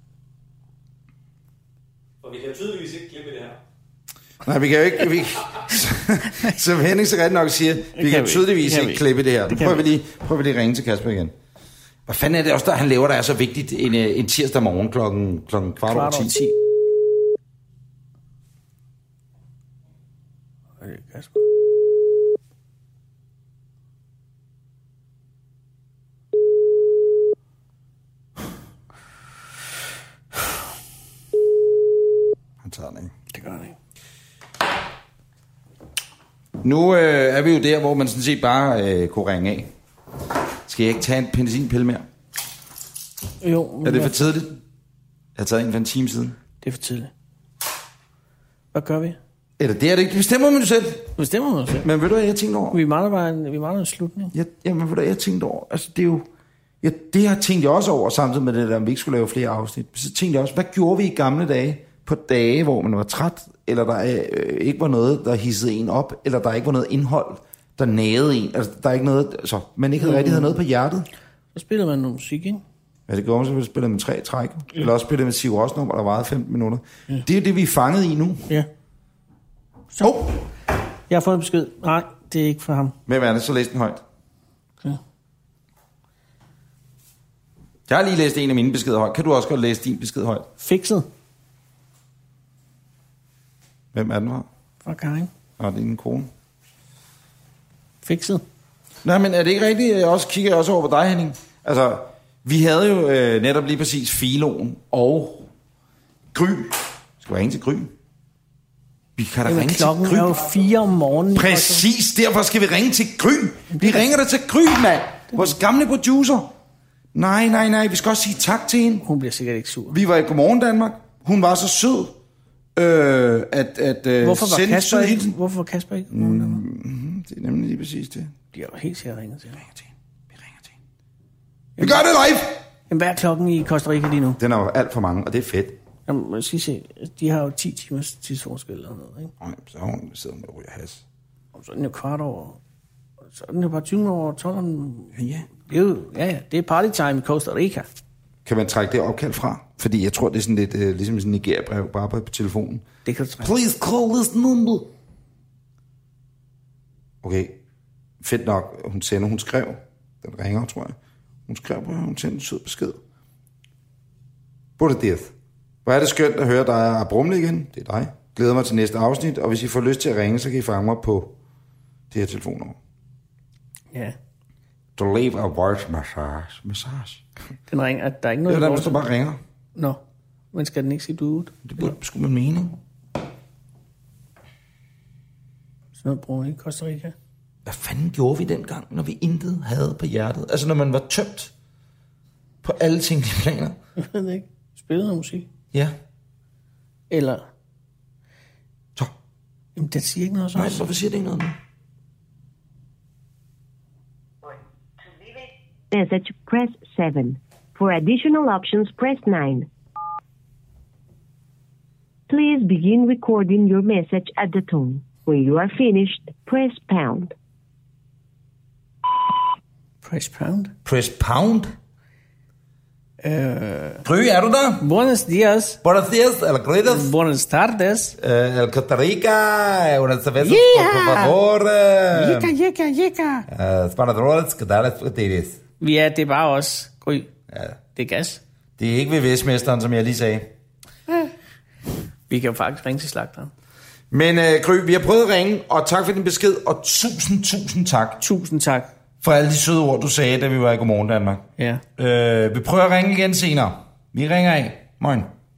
For vi kan jo tydeligvis ikke klippe det her. Nej, vi kan jo ikke... Vi, som Henning så rigtig nok siger, vi kan jo tydeligvis ikke klippe det her. Nu prøver vi lige, prøver vi lige at ringe til Kasper igen. Hvad fanden er det også, der han laver, der er så vigtigt en, en tirsdag morgen klokken, klokken kvart over ti? ti. Okay, Kasper. Han tager den ikke. Det gør han ikke. Nu øh, er vi jo der, hvor man sådan set bare øh, kunne ringe af. Skal jeg ikke tage en penicillinpille mere? Jo. Er det for tidligt? Jeg har taget en for en time siden. Det er for tidligt. Hvad gør vi? Eller det er det ikke. Det bestemmer man jo selv. Det bestemmer man selv. Men ved du hvad, jeg tænkte over? Vi mangler bare en, vi mangler en slutning. Jeg, jamen, ved du hvad, jeg tænkte over? Altså, det er jo... Ja, det har tænkt jeg også over, samtidig med det der, om vi ikke skulle lave flere afsnit. Så tænkte jeg også, hvad gjorde vi i gamle dage? På dage, hvor man var træt, eller der øh, ikke var noget, der hissede en op, eller der ikke var noget indhold, der nagede en. Altså, der er ikke noget... Altså, man ikke havde mm. rigtig havde noget på hjertet. Så spiller man noget musik, ikke? Ja, det gjorde man, så vi spillede med tre træk. Ja. Eller også spillede med Siv Rosnum, der varede femten minutter. Ja. Det er det, vi er fanget i nu. Ja. Så. Oh. Jeg har fået en besked. Nej, det er ikke for ham. Hvem er det? Så læs den højt. Ja. Jeg har lige læst en af mine beskeder højt. Kan du også godt læse din besked højt? Fikset. Hvem er den fra? Fra Karin. Nå, det er din kone. Fikset. Nej, men er det ikke rigtigt? Jeg også kigger også over på dig, Henning. Altså, vi havde jo øh, netop lige præcis Filoen og Gry. Skal vi ringe til Gry? Vi kan da Jamen, ringe til klokken Gry. er jo fire om morgenen. Præcis, derfor skal vi ringe til Gry. Vi ringer da til Gry, mand. Vores gamle producer. Nej, nej, nej, vi skal også sige tak til hende. Hun bliver sikkert ikke sur. Vi var i Godmorgen Danmark. Hun var så sød. Øh, at, at, øh, hvorfor, var Kasper ikke, hvorfor var Kasper ikke? Mm, det er nemlig lige præcis det. De har jo helt sikkert ringet til. Vi ringer til hende. Vi ringer til hende. Vi gør det live! Jamen, hvad er klokken i Costa Rica lige nu? Den er jo alt for mange, og det er fedt. Jamen, man skal se, de har jo ti timers tidsforskel eller noget, ikke? Nej, så har hun siddet med ryger has. Og så er den jo kvart over... Så er den jo bare tyve over tolv. Ja. Det er jo, ja, ja, det er party time i Costa Rica. Kan man trække det opkald fra? Fordi jeg tror, det er sådan lidt, øh, ligesom sådan en Nigeria-brev, bare på, på telefonen. Det kan du trække. Please call this number. Okay, fedt nok. Hun sender, hun skrev. Den ringer, tror jeg. Hun skrev på, hun sendte en sød besked. Både det. Hvor er det skønt at høre dig og Brumle igen. Det er dig. Glæder mig til næste afsnit, og hvis I får lyst til at ringe, så kan I fange mig på det her telefonnummer. Ja. To leave a voice massage. Massage. Den ringer, der er ikke noget... Det er der, hvis du bare ringer. Nå, men skal den ikke sige du ud? Det burde sgu med mening. Sådan noget bruger ikke Costa Rica. Hvad fanden gjorde vi dengang, når vi intet havde på hjertet? Altså, når man var tømt på alle tænkelige planer. Jeg ved det ikke. Spillede noget musik? Ja. Eller... Så. Jamen, den siger ikke noget sådan. Nej, hvorfor siger det ikke noget nu? Message, press seven. For additional options, press nine. Please begin recording your message at the tone. When you are finished, press pound. Press pound? Press pound? Uh, Gry, er du der? Buenos dias. Buenos dias, el gritos. Buenas tardes. Uh, el Costa Rica, una cerveza, Yeah. por favor. Jika, jika, jika. Uh, Spanadroles, que tal es? Ja, det er bare os. Gry. Ja. Det er gas. Det er ikke V V S-mesteren, som jeg lige sagde. Vi kan jo faktisk ringe til slagteren. Men uh, Gry, vi har prøvet at ringe, og tak for din besked, og tusind, tusind tak. Tusind tak. For alle de søde ord, du sagde, da vi var i Godmorgen Danmark. Ja. Uh, vi prøver at ringe igen senere. Vi ringer af. Moin.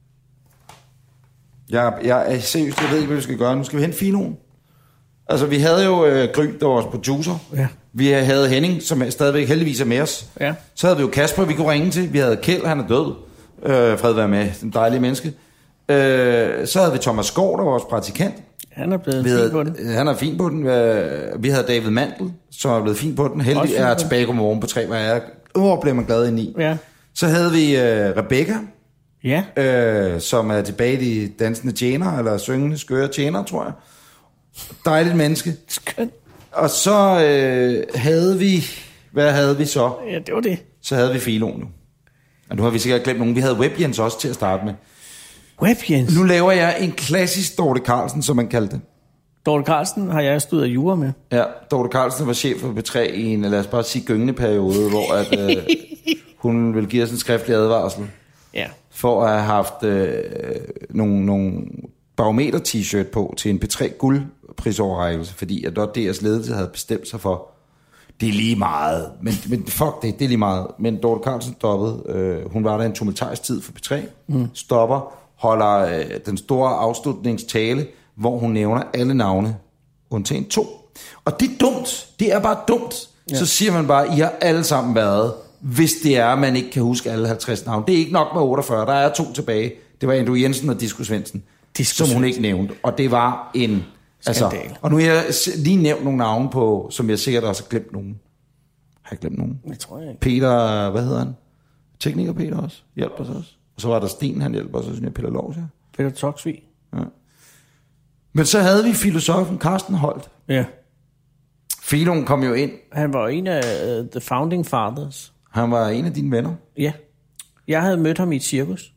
Jeg, jeg er seriøst, jeg ved ikke, hvad vi skal gøre. Nu skal vi hente Filoen. Altså, vi havde jo øh, Gry, der var vores producer. Ja. Vi havde Henning, som er stadigvæk heldigvis er med os. Ja. Så havde vi jo Kasper, vi kunne ringe til. Vi havde Kjeld, han er død. Øh, fred være med, den dejlige menneske. Øh, så havde vi Thomas Skov, der var vores praktikant. Han er blevet Vi fin havde, på den. Han er fin på den. Vi havde David Mandel, som er blevet fin på den. Heldig er tilbage på morgen på tre, hvor jeg er, bliver man glad ind i. Ja. Så havde vi uh, Rebecca, Ja. øh, som er tilbage i de dansende tjener, eller syngende, skøre tjener, tror jeg. Dejligt menneske. Skønt. Og så øh, havde vi... Hvad havde vi så? Ja, det var det. Så havde vi Filon nu. Og nu har vi sikkert glemt nogen. Vi havde Web Jens også til at starte med. Web Jens. Nu laver jeg en klassisk Dorte Carlsen, som man kaldte det. Dorte Carlsen har jeg studeret jura med. Ja, Dorte Carlsen var chef for P tre i en, lad os bare sige, gyngende periode, hvor at, øh, hun ville give os en skriftlig advarsel. Ja. For at have haft øh, nogle, nogle barometer-t-shirt på til en P tre guldprisoverrækkelse, fordi at D R's ledelse havde bestemt sig for, det er lige meget, men, men fuck det, det er lige meget. Men Dorte Carlsen stoppede, øh, hun var der en tumultarisk tid for P tre, mm. stopper, holder øh, den store afslutningstale, hvor hun nævner alle navne, undtagen to. Og det er dumt, det er bare dumt. Ja. Så siger man bare, I har alle sammen været, hvis det er, at man ikke kan huske alle halvtreds navne. Det er ikke nok med otteogfyrre, der er to tilbage. Det var Andrew Jensen og Disco Svendsen, som hun ikke nævnte. Og det var en... Altså, og nu har jeg lige nævnt nogle navne på, som jeg sikkert også har glemt nogen. Har jeg glemt nogen? Det tror jeg ikke. Peter, hvad hedder han? Tekniker Peter også, hjælper os også. Og så var der Sten, han hjælper os også, sådan Peter Lovs, ja. Peter Toksvig. Ja. Men så havde vi filosofen Carsten Holt. Ja. Filon kom jo ind. Han var en af uh, The Founding Fathers. Han var en af dine venner. Ja. Jeg havde mødt ham i et cirkus.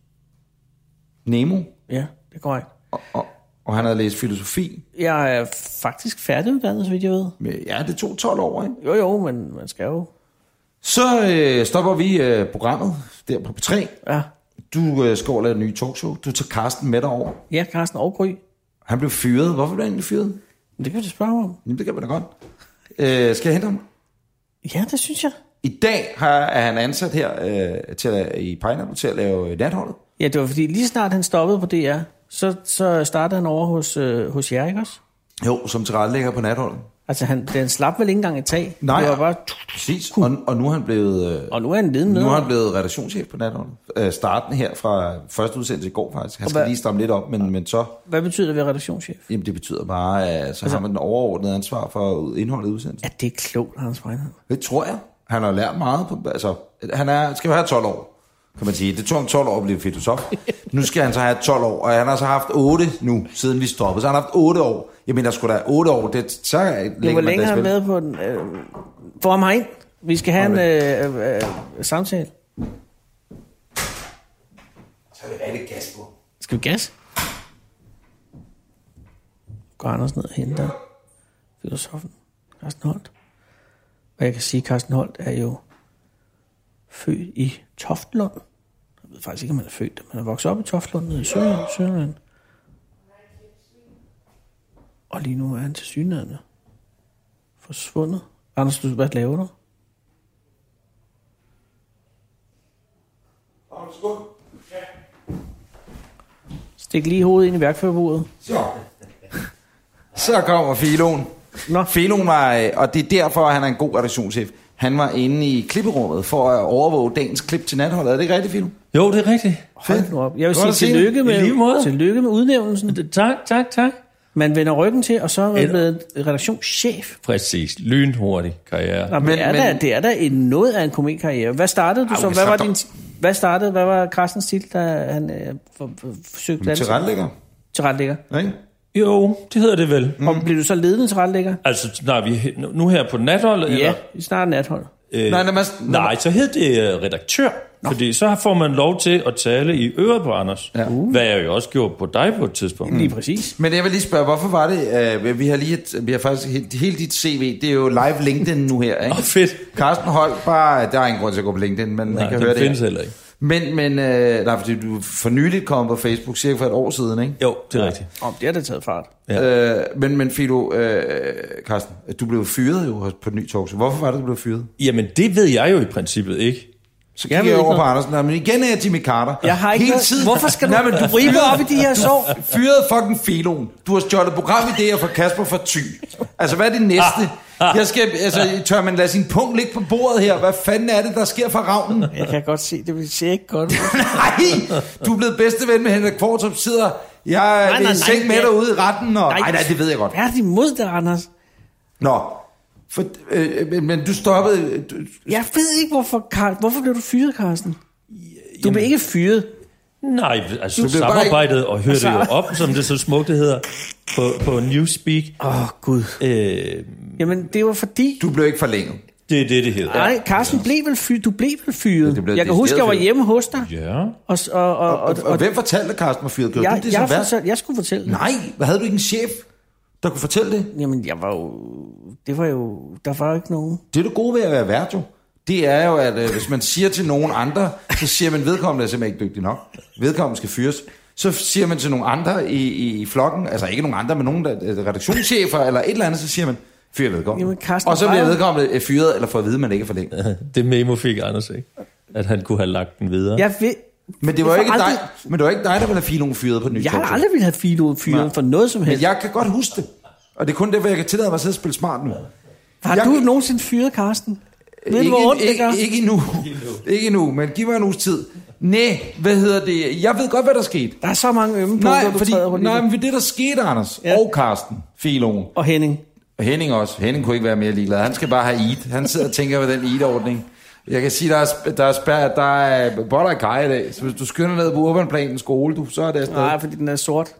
Nemo. Ja, det er korrekt. Og, og, og han havde læst filosofi. Jeg er faktisk færdiguddannet, så vidt jeg ved. Ja, det tog tolv år, ikke? Jo, jo, men man skal jo... Så øh, stopper vi øh, programmet der på P tre. Ja. Du øh, skal over lave et nyt talkshow. Du tager Carsten med derover. Ja, Carsten og Gry. Han blev fyret. Hvorfor blev han egentlig fyret? Det kan du spørge om. Jamen, det kan man da godt. Øh, skal jeg hente ham? Ja, det synes jeg. I dag har, er han ansat her øh, til at, i Pineapple til at lave natholdet. Ja, det var fordi lige snart han stoppede på D R, så, så startede han over hos, øh, hos jer, ikke også? Jo, som tilrettelægger på natholdet. Altså, han, den slap vel ikke engang et tag. Nej, det var bare... præcis. Og, og nu er han blevet... Øh, og nu er han ledende. Nu er han blevet redaktionschef på natholdet. Øh, starten her fra første udsendelse i går faktisk. Han skal hvad, lige stramme lidt op, men, men så... Hvad betyder det at være redaktionschef? Jamen, det betyder bare, at så altså, har man den overordnede ansvar for indholdet i udsendelsen. Er det klogt, Hans Breinholt? Det tror jeg. Han har lært meget på... Altså, han er, skal jo have tolv år, kan man sige. Det tog ham tolv år at blive filosof. Nu skal han så have tolv år, og han har så haft otte nu, siden vi stoppede. Så han har haft otte år. Jeg mener, sgu da otte år, det så er længe, hvor længe har han været på den? Øh, få ham herind. Vi skal have en øh, øh, samtale. Så er vi rigtig gas på. Skal vi gas? Går Anders ned og henter filosofen Carsten Holt. Og jeg kan sige, at Carsten Holt er jo født i Toftlund. Jeg ved faktisk ikke, om han er født, men han er vokset op i Toftlund nede i Sønderland. Sønderland. Og lige nu er han til synligheden forsvundet. Anders, du, hvad laver du? Stik lige hovedet ind i værkførerbordet. Så. Så kommer Filon. Nå. Filon var, og det er derfor, at han er en god redaktionschef. Han var inde i klipperummet for at overvåge dagens klip til natholdet. Er det ikke rigtigt, Filon? Jo, det er rigtigt. Hold nu op. Jeg vil sige tillykke med, tillykke med udnævnelsen. Tak, tak, tak. Man vender ryggen til, og så er man blevet redaktionschef. Præcis. Lynhurtig karriere. Nå, men, men, er der, det er da en noget af en komikkarriere. Hvad startede du så? Hvad var din, hvad startede? Hvad var Carstens titel, da han øh, for, for, forsøgte at tilrettelægger. Tilrettelægger. Nej. Jo, det hedder det vel. Mm. Og blev du så ledende tilrettelægger? Altså, nej, vi nu her på natholdet? Ja, eller? i snart natholdet. Øh, nej, nej, nej, så hed det uh, redaktør. Nå. Fordi så får man lov til at tale i øret på Anders. Ja. Uh. Hvad jeg jo også gjorde på dig på et tidspunkt. Mm. Lige præcis. Men jeg vil lige spørge, hvorfor var det, uh, vi har lige et, vi har faktisk helt, hele dit C V, det er jo live LinkedIn nu her, ikke? Åh, oh, fedt. Carsten Holt, bare, der er ingen grund til at gå på LinkedIn, men nej, man kan høre det. Nej, det findes heller ikke. Men, men øh, nej, fordi du for nyligt kom på Facebook, cirka for et år siden, ikke? Jo, det er ja. rigtigt. Om det har det taget fart. Ja. Øh, men, men Filo, øh, Carsten, du blev fyret jo på et nyt talkshow. Hvorfor var det, du blev fyret? Jamen, det ved jeg jo i princippet ikke. Så kigger jeg, jeg over på Andersen, men igen er jeg Jimmy Carter. Jeg har ikke hele tiden. Hvorfor skal du, nej, men du rive op i de her sår? Fyret fucking Filon. Du har stjålet programidéer fra Kasper fra Thy. Altså, hvad er det næste? Jeg skal, altså, tør man lade sin punkt ligge på bordet her? Hvad fanden er det, der sker for ravnen? Jeg kan godt se, det vil se ikke godt. Nej, du er blevet bedste ven med Henrik Kvartrup, sidder Jeg Nej, nej, vil sænke med nej. dig ude i retten. Og... Nej, nej, det ved jeg godt. Hvad er det imod dig, Anders? Nå, for, øh, men, men du stoppede... Du... Jeg ved ikke, hvorfor, Kar- hvorfor blev du fyret, Carsten? Du blev ikke fyret. Nej, altså blev samarbejdet bare... og hørte jo op, som det så smukt det hedder, på, på Newspeak. Åh, oh, Gud. Øh, Jamen, det var fordi... Du blev ikke forlænget. det er det, det hedder. Nej, Carsten ja. blev vel fyret. Du blev vel fyret. Det blev jeg kan huske, jeg var hjemme hos dig. Ja. Og, og, og, Og, og, og, og hvem fortalte Carsten var fyret? Gjorde jeg, du det jeg, som vært? fortæl, jeg skulle fortælle det. Nej, hvad havde du ikke en chef, der kunne fortælle det? Jamen, jeg var jo... Det var jo... Der var jo ikke nogen... Det er det gode ved at være vært, jo. Det er jo, at øh, hvis man siger til nogen andre, så siger man, vedkommende er simpelthen ikke dygtig nok. Vedkommende skal fyres. Så siger man til nogle andre i, i, i flokken, altså ikke nogle andre, men nogle der, redaktionschefer eller et eller andet, så siger man, fyr vedkommende. Jamen, Carsten og så bliver Beyer- vedkommende fyret, eller får at vide, at man ikke er forlænget. Det memo fik Anders ikke. At han kunne have lagt den videre. Jeg ved... Men det var, Jeg ikke får dig, aldrig- men det var ikke dig, der ville have fire nogen fyret på den nye Jeg har talkshow. aldrig ville have Filo fyret for noget som Men helst. jeg kan godt huske det. Og det er kun derfor, jeg kan tillade mig at sidde og spille smart nu. Har jeg du kan- nogensinde fyret, Carsten? Ved du, Ikke, hvor ondt det ikke, gør? ikke endnu. Ikke endnu, men giv mig en uges tid. Næh, hvad hedder det? Jeg ved godt, hvad der skete. Der er så mange ømme punkter, Nej, du fordi, træder på lige nej, nu. men det der skete, Anders, Ja. ja. og Carsten, Filoen, Og Henning. og Henning også. Henning kunne ikke være mere ligeglad. Han skal bare have eat. Han sidder og tænker på den eat-ordning. Jeg kan sige, der er, sp- der er, spær- der er boller i kaj i dag. Så hvis du skynder ned på Urbanplanens skole, du, så er det afsted. Nej, fordi den er sort.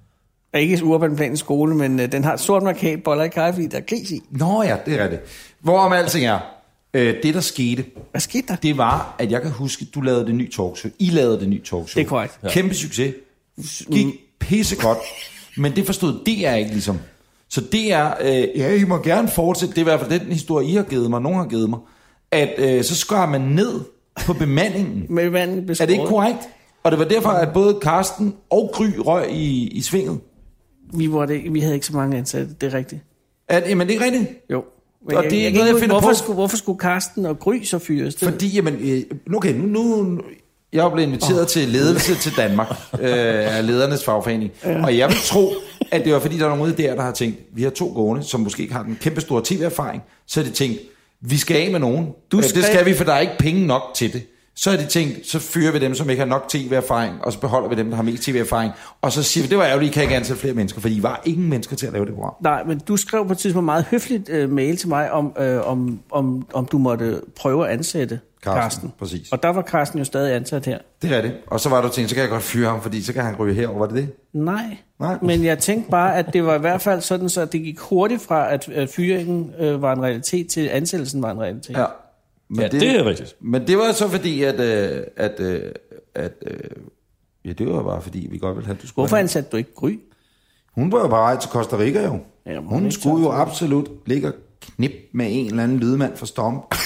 Og ikke Urbanplanens skole, men uh, den har et sort markat boller i kaj, fordi der er gris i. Nå ja, det er rigtigt. Hvorom alting er, øh, det der skete, Hvad skete der? det var, at jeg kan huske, du lavede det nye talkshow. I lavede det nye talkshow. Det er korrekt. Ja. Kæmpe succes. Gik pissegodt. Men det forstod D R ikke ligesom. Så D R, øh, ja, I må gerne fortsætte. Det er i hvert fald den historie, I har givet mig, nogen har givet mig. At øh, så skar man ned på bemandingen. Med vandet Er det ikke korrekt? Og det var derfor, at både Carsten og Gry røg i, i svinget. Vi, var det, vi havde ikke så mange ansatte, det er rigtigt. At, jamen, det er rigtigt. Jo. Men Og jeg, det er jeg, ikke jeg, noget, jeg jeg finder hvorfor på. Skulle, hvorfor skulle Carsten og Gry så fyres? Det, Fordi, jamen, øh, okay, nu, nu jeg er blevet inviteret oh. til ledelse til Danmark øh, af ledernes fagforening. Ja. Og jeg vil tro, at det var fordi, der er nogen der, der har tænkt, vi har to gående, som måske ikke har den kæmpe store tv-erfaring, så har de tænkt, vi skal af med nogen. Du skrev... Det skal vi, for der er ikke penge nok til det. Så har de tænkt, så fyrer vi dem, som ikke har nok tv-erfaring, og så beholder vi dem, der har mest tv-erfaring. Og så siger vi, det var ærgerligt, I kan ikke ansætte flere mennesker, fordi I var ingen mennesker til at lave det program. Nej, men du skrev på et tidspunkt meget høfligt uh, mail til mig, om, uh, om, om, om du måtte prøve at ansætte Carsten. Carsten, præcis. Og der var Carsten jo stadig ansat her. Det er det. Og så var du tænkt, så kan jeg godt fyre ham, fordi så kan han ryge herover. Var det det? Nej. Nej. Men jeg tænkte bare, at det var i hvert fald sådan, så det gik hurtigt fra, at, at fyringen øh, var en realitet, til ansættelsen var en realitet. Ja. Men Ja, det er rigtigt. Men det var så fordi, at... Øh, at, øh, at øh, ja, det var bare fordi, vi godt ville have, at du skulle... Hvorfor ansatte du ikke Gry? Hun var jo bare vej til Costa Rica, jo. Ja, hun hun ikke skulle jo tager- absolut ligge og knip med en eller anden lydmand fra Stomp.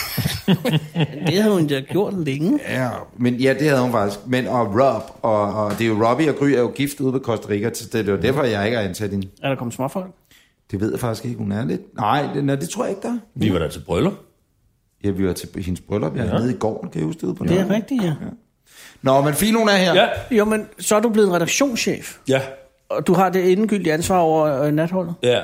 Det havde hun da gjort længe. Ja, men ja, det havde hun faktisk. Men og Rob, og, og det er jo Robbie og Gry er jo gift ude ved Costa Rica, så det er jo derfor, jeg ikke har ansat hende. Er der kommet småfolk? Det ved jeg faktisk ikke, hun er lidt... Nej, det, nej, det tror jeg ikke, der er. Vi var der til bryllup. Ja, vi var til hendes bryllup, jeg er Ja. nede i gården, kan jeg huske det ude på Det er Nørrebro? rigtigt, ja. Nå, men Filoen er her. Ja. Jo, men så er du blevet en redaktionschef, Ja. og du har det endegyldige ansvar over øh, natholdet. Ja.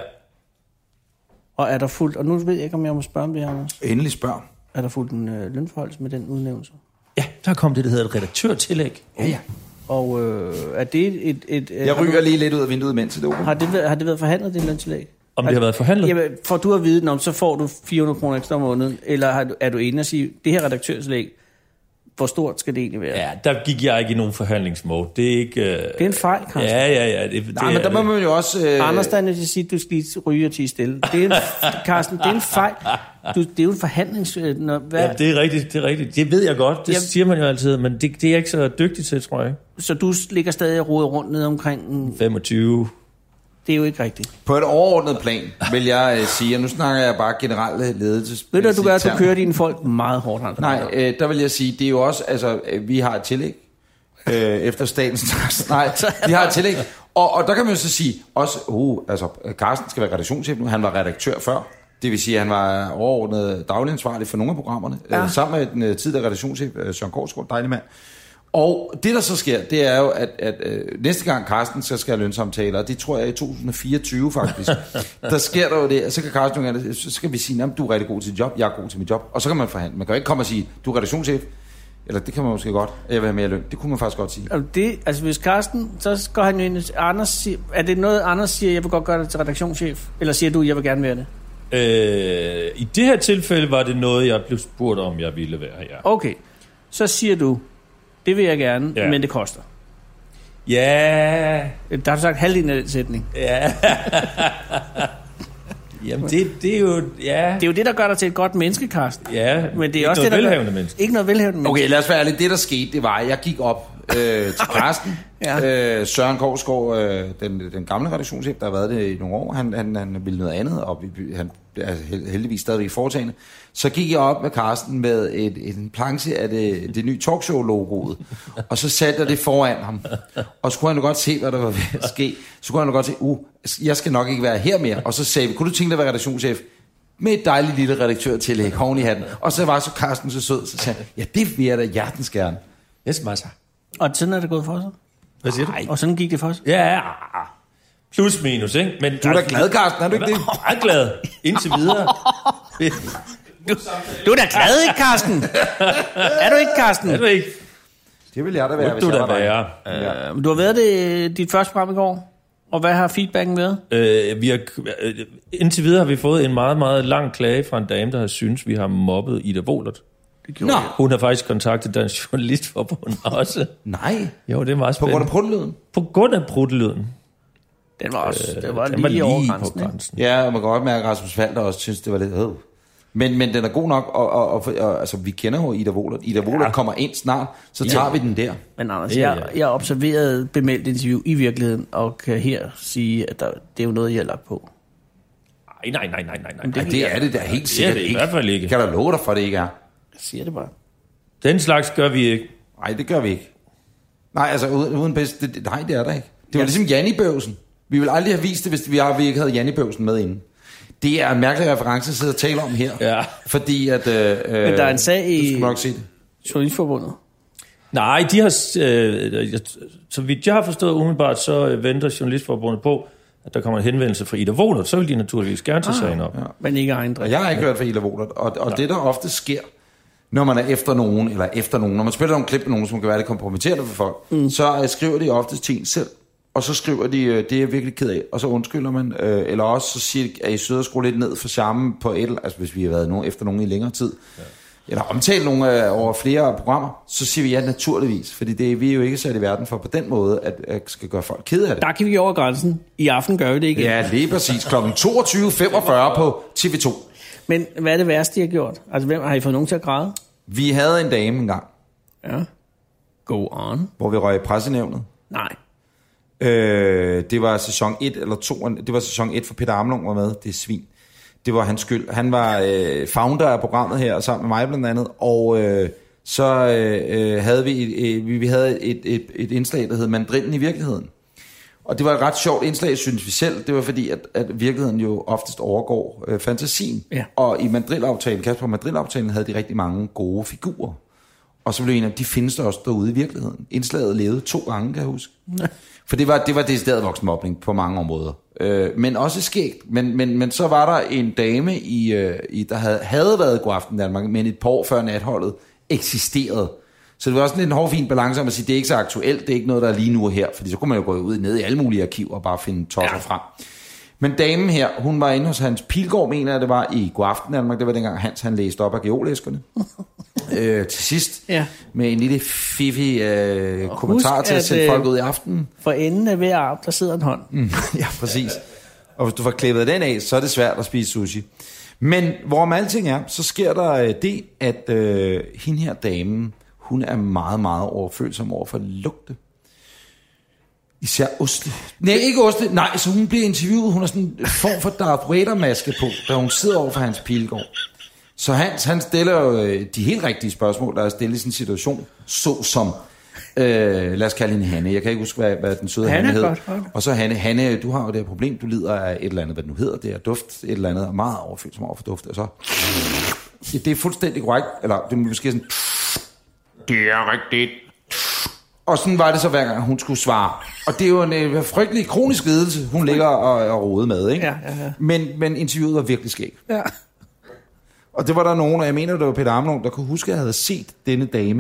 Og er der fuldt, og nu ved jeg ikke, om jeg må spørge om det her, Anders. Endelig spørg. Er der fuldt en øh, lønforholdelse med den udnævnelse? Ja, der kom det, der hedder et redaktørtillæg. Ja, ja. Og øh, er det et... et, et Jeg ryger lige lidt ud af vinduet, mens det er Har det, været- har det været forhandlet, det løntillæg? Om det har været forhandlet? Jamen, får du at vide, om så får du fire hundrede kroner ekstra om måneden, eller har du, er du inde og sige, det her redaktørtillæg, hvor stort skal det egentlig være? Ja, der gik jeg ikke i nogen forhandlingsmål. Det er ikke... Uh... Det er en fejl, Carsten. Ja, ja, ja. Det, det Nej, men der må man jo også... Øh... Anders, der er nødt til at sige, at du skal lige ryge og tige stille. Det er en, Carsten, det er en fejl. Du, det er jo en forhandlings... Når, hvad, Ja, det er rigtigt, det er rigtigt. Det ved jeg godt, det Jamen- siger man jo altid, men det, det er jeg ikke så dygtig til, tror jeg. Så du ligger stadig og roder rundt nede omkring... en- femogtyve. Det er jo ikke rigtigt. På et overordnet plan vil jeg øh, sige, og nu snakker jeg bare generelle ledelses... Ved du, at du gør, at du kører dine folk meget hårdt? Anders? Nej, øh, der vil jeg sige, det er jo også, altså, øh, vi har et tillæg, øh, efter statens trust. Nej, vi har et tillæg. Og, og der kan man jo så sige, også, uh, altså, Carsten skal være redaktionschef nu, han var redaktør før. Det vil sige, at han var overordnet daglig ansvarlig for nogle af programmerne, ja. øh, sammen med den øh, tidligere redaktionschef, øh, Søren Korsgaard, dejlig mand. Og det, der så sker, det er jo, at, at øh, næste gang Carsten så skal have lønsamtaler, og det tror jeg i to tusind og fireogtyve faktisk, der sker der jo det, og så kan Carsten jo gerne, så skal vi sige, at du er rigtig god til dit job, jeg er god til mit job, og så kan man forhandle. Man kan jo ikke komme og sige, du er redaktionschef, Eller det kan man måske godt. Jeg vil have mere løn. Det kunne man faktisk godt sige. Og det, altså hvis Carsten, så går han jo ind. Anders siger, er det noget, Anders siger, jeg vil godt gøre det til redaktionschef? Eller siger du, jeg vil gerne være det? Øh, I det her tilfælde var det noget, jeg blev spurgt om, jeg ville være, ja. Okay, så siger du, det vil jeg gerne, ja. men det koster. Ja. Der har du sagt halvdelen af den sætning. Ja. Jamen, det, det er jo... Ja. Det er jo det, der gør dig til et godt menneske, Carsten. Ja, men det er ikke også noget det, der velhavende gør, menneske. Ikke noget velhavende menneske. Okay, lad os være ærlig. Det, der skete, det var, at jeg gik op øh, til Carsten. ja. øh, Søren Korsgaard, øh, den, den gamle redaktionschef, der har været det i nogle år, han, han, han ville noget andet, og vi, han er heldigvis stadigvæk foretagende. Så gik jeg op med Carsten med et, en planche af det, det nye talkshow-logoet, og så satte jeg det foran ham. Og så kunne han jo godt se, hvad der var ved at ske. Så kunne han jo godt se, uh, jeg skal nok ikke være her mere. Og så sagde vi, kunne du tænke dig at være redaktionschef? Med et dejligt lille redaktørtillæg, oven i hatten. Og så var så Carsten så sød, så sagde ja, det vil jeg da hjertens gerne. Yes, masser. Og sådan er det gået for sig? Hvad siger du? Og sådan gik det for sig? Ja, plus minus, ikke? Men du er da glad, Carsten, er du ikke det? Jeg er glad, indtil videre. Du, du er da glad, ikke, Carsten? Er du ikke, Carsten? Er du ikke? Det vil jeg da være, hvis jeg var være. Ja. Uh, du har været det dit første program i går, og hvad har feedbacken været? Uh, vi har, indtil videre har vi fået en meget, meget lang klage fra en dame, der har synes, vi har mobbet Ida Wohlert. Nå. Hun har faktisk kontaktet Dansk Journalistforbund også. Nej. Jo, det er meget spændende. På grund af pruttelyden? På grund af pruttelyden. Den var også øh, det var den lige, var lige over grænsen, på grænsen. Ja, og man kan godt mærke, at Rasmus Falter også synes, det var lidt... Øh. Men, men den er god nok, og, og, og, og altså, vi kender jo Ida Wohlert. Ida ja. Wohlert kommer ind snart, så tager ja. vi den der. Men Anders, ja, ja. jeg, jeg observerede bemeldt interview i virkeligheden, og kan her sige, at der, det er jo noget, jeg har lagt på. Nej, nej, nej, nej, nej. nej. Det, det er det da helt sikkert det er det ikke. i hvert fald ikke. Kan der love dig for, det ikke er? Jeg siger det bare. Den slags gør vi ikke. Nej, det gør vi ikke. Nej, altså uden, uden bedst, det, nej, det er der ikke. Det var ja. ligesom Janni Bøvsen. Vi ville aldrig have vist det, hvis vi, vi ikke havde Janni Bøvsen med inden. Det er en mærkelig reference at sidde og tale om her. Ja. Fordi at... Øh, Men der er en sag i... Du skal nok se det. Journalistforbundet. Nej, de har... Øh, så vidt jeg har forstået umiddelbart, så venter Journalistforbundet på, at der kommer en henvendelse fra Ida Wohlert, så vil de naturligvis gerne tage ah, sagen op. Ja. Men ikke egen drift. Jeg har ikke hørt fra Ida Wohlert, og, og det der ofte sker, når man er efter nogen, eller efter nogen, når man spiller nogle klip med nogen, som kan være det kompromitterende for folk, mm. så uh, skriver de oftest til en selv, og så skriver de, uh, det er jeg virkelig ked af, og så undskylder man, uh, eller også så siger de, at I søger at skrue lidt ned for charmen på et, altså hvis vi har været nogen, efter nogen i længere tid, ja. eller omtale nogen uh, over flere programmer, så siger vi ja naturligvis, fordi det er vi er jo ikke sat i verden for på den måde, at, at skal gøre folk ked af det. Der kan vi over grænsen. I aften gør vi det ikke. Ja, lige præcis. klokken toogtyve femogfyrre på T V to. Men hvad er det værste, I har gjort? Altså, hvem har I fået nogen til at græde? Vi havde en dame engang. Ja. Go on. Hvor vi røg i pressenævnet. Nej. Øh, det var sæson et eller to. Det var sæson et, for Peter Amlung var med. Det er svin. Det var hans skyld. Han var øh, founder af programmet her, sammen med mig blandt andet. Og øh, så øh, havde vi et, øh, vi havde et, et, et indslag, der hed Mandrillen i virkeligheden. Og det var et ret sjovt indslag, synes vi selv. Det var fordi, at, at virkeligheden jo oftest overgår øh, fantasien. Ja. Og i Madrid-aftalen, Kasper Madrid-aftalen, havde de rigtig mange gode figurer. Og så blev en af de findes der også derude i virkeligheden. Indslaget levede to gange, kan jeg huske. Ja. For det var, det var decideret voksenmobning på mange områder. Øh, men også skægt. Men, men, men så var der en dame, i, øh, i, der havde, havde været i Godaften Danmark, men et par år før natholdet eksisterede. Så det var også lidt en hård, fin balance om at sige, det er ikke så aktuelt, det er ikke noget, der er lige nu og her, fordi så kunne man jo gå ud ned i alle mulige arkiver og bare finde tosser ja. frem. Men damen her, hun var inde hos Hans Pilgaard, mener jeg, det var i Godaften Danmark, det var dengang Hans, han læste op af geolæskerne. øh, til sidst, ja. med en lille fifi øh, kommentar til at, at sætte folk ud i aftenen. For enden af hver arm, der sidder en hånd. Mm, ja, præcis. Og hvis du får klippet den af, så er det svært at spise sushi. Men hvorom alting er, så sker der øh, det, at øh, hende her damen, hun er meget, meget overfølsom over for lugte. Især oste. Nej, ikke oste. Nej, så hun bliver interviewet. Hun har sådan en form for Darth Vader-maske på, da hun sidder over for Hans Pilgaard. Så Hans, han stiller jo de helt rigtige spørgsmål, der er stillet i sin situation, så som, øh, lad os kalde hende Hanne. Jeg kan ikke huske, hvad, hvad den søde Hanne hed. Og så Hanne, Hanne, du har jo det her problem, du lider af et eller andet, hvad den nu hedder, det er duft, et eller andet, meget overfølsom over for duft. Og så, det er fuldstændig korrekt, eller det er måske sådan, det er rigtigt. Og sådan var det så hver gang hun skulle svare. Og det er jo en øh, frygtelig kronisk lidelse, hun ligger og, og rode med, ikke? Ja, ja, ja. Men, men interviewet var virkelig skægt. Ja. Og det var der nogen, og jeg mener, det var Peter Amlung, der kunne huske, at jeg havde set denne dame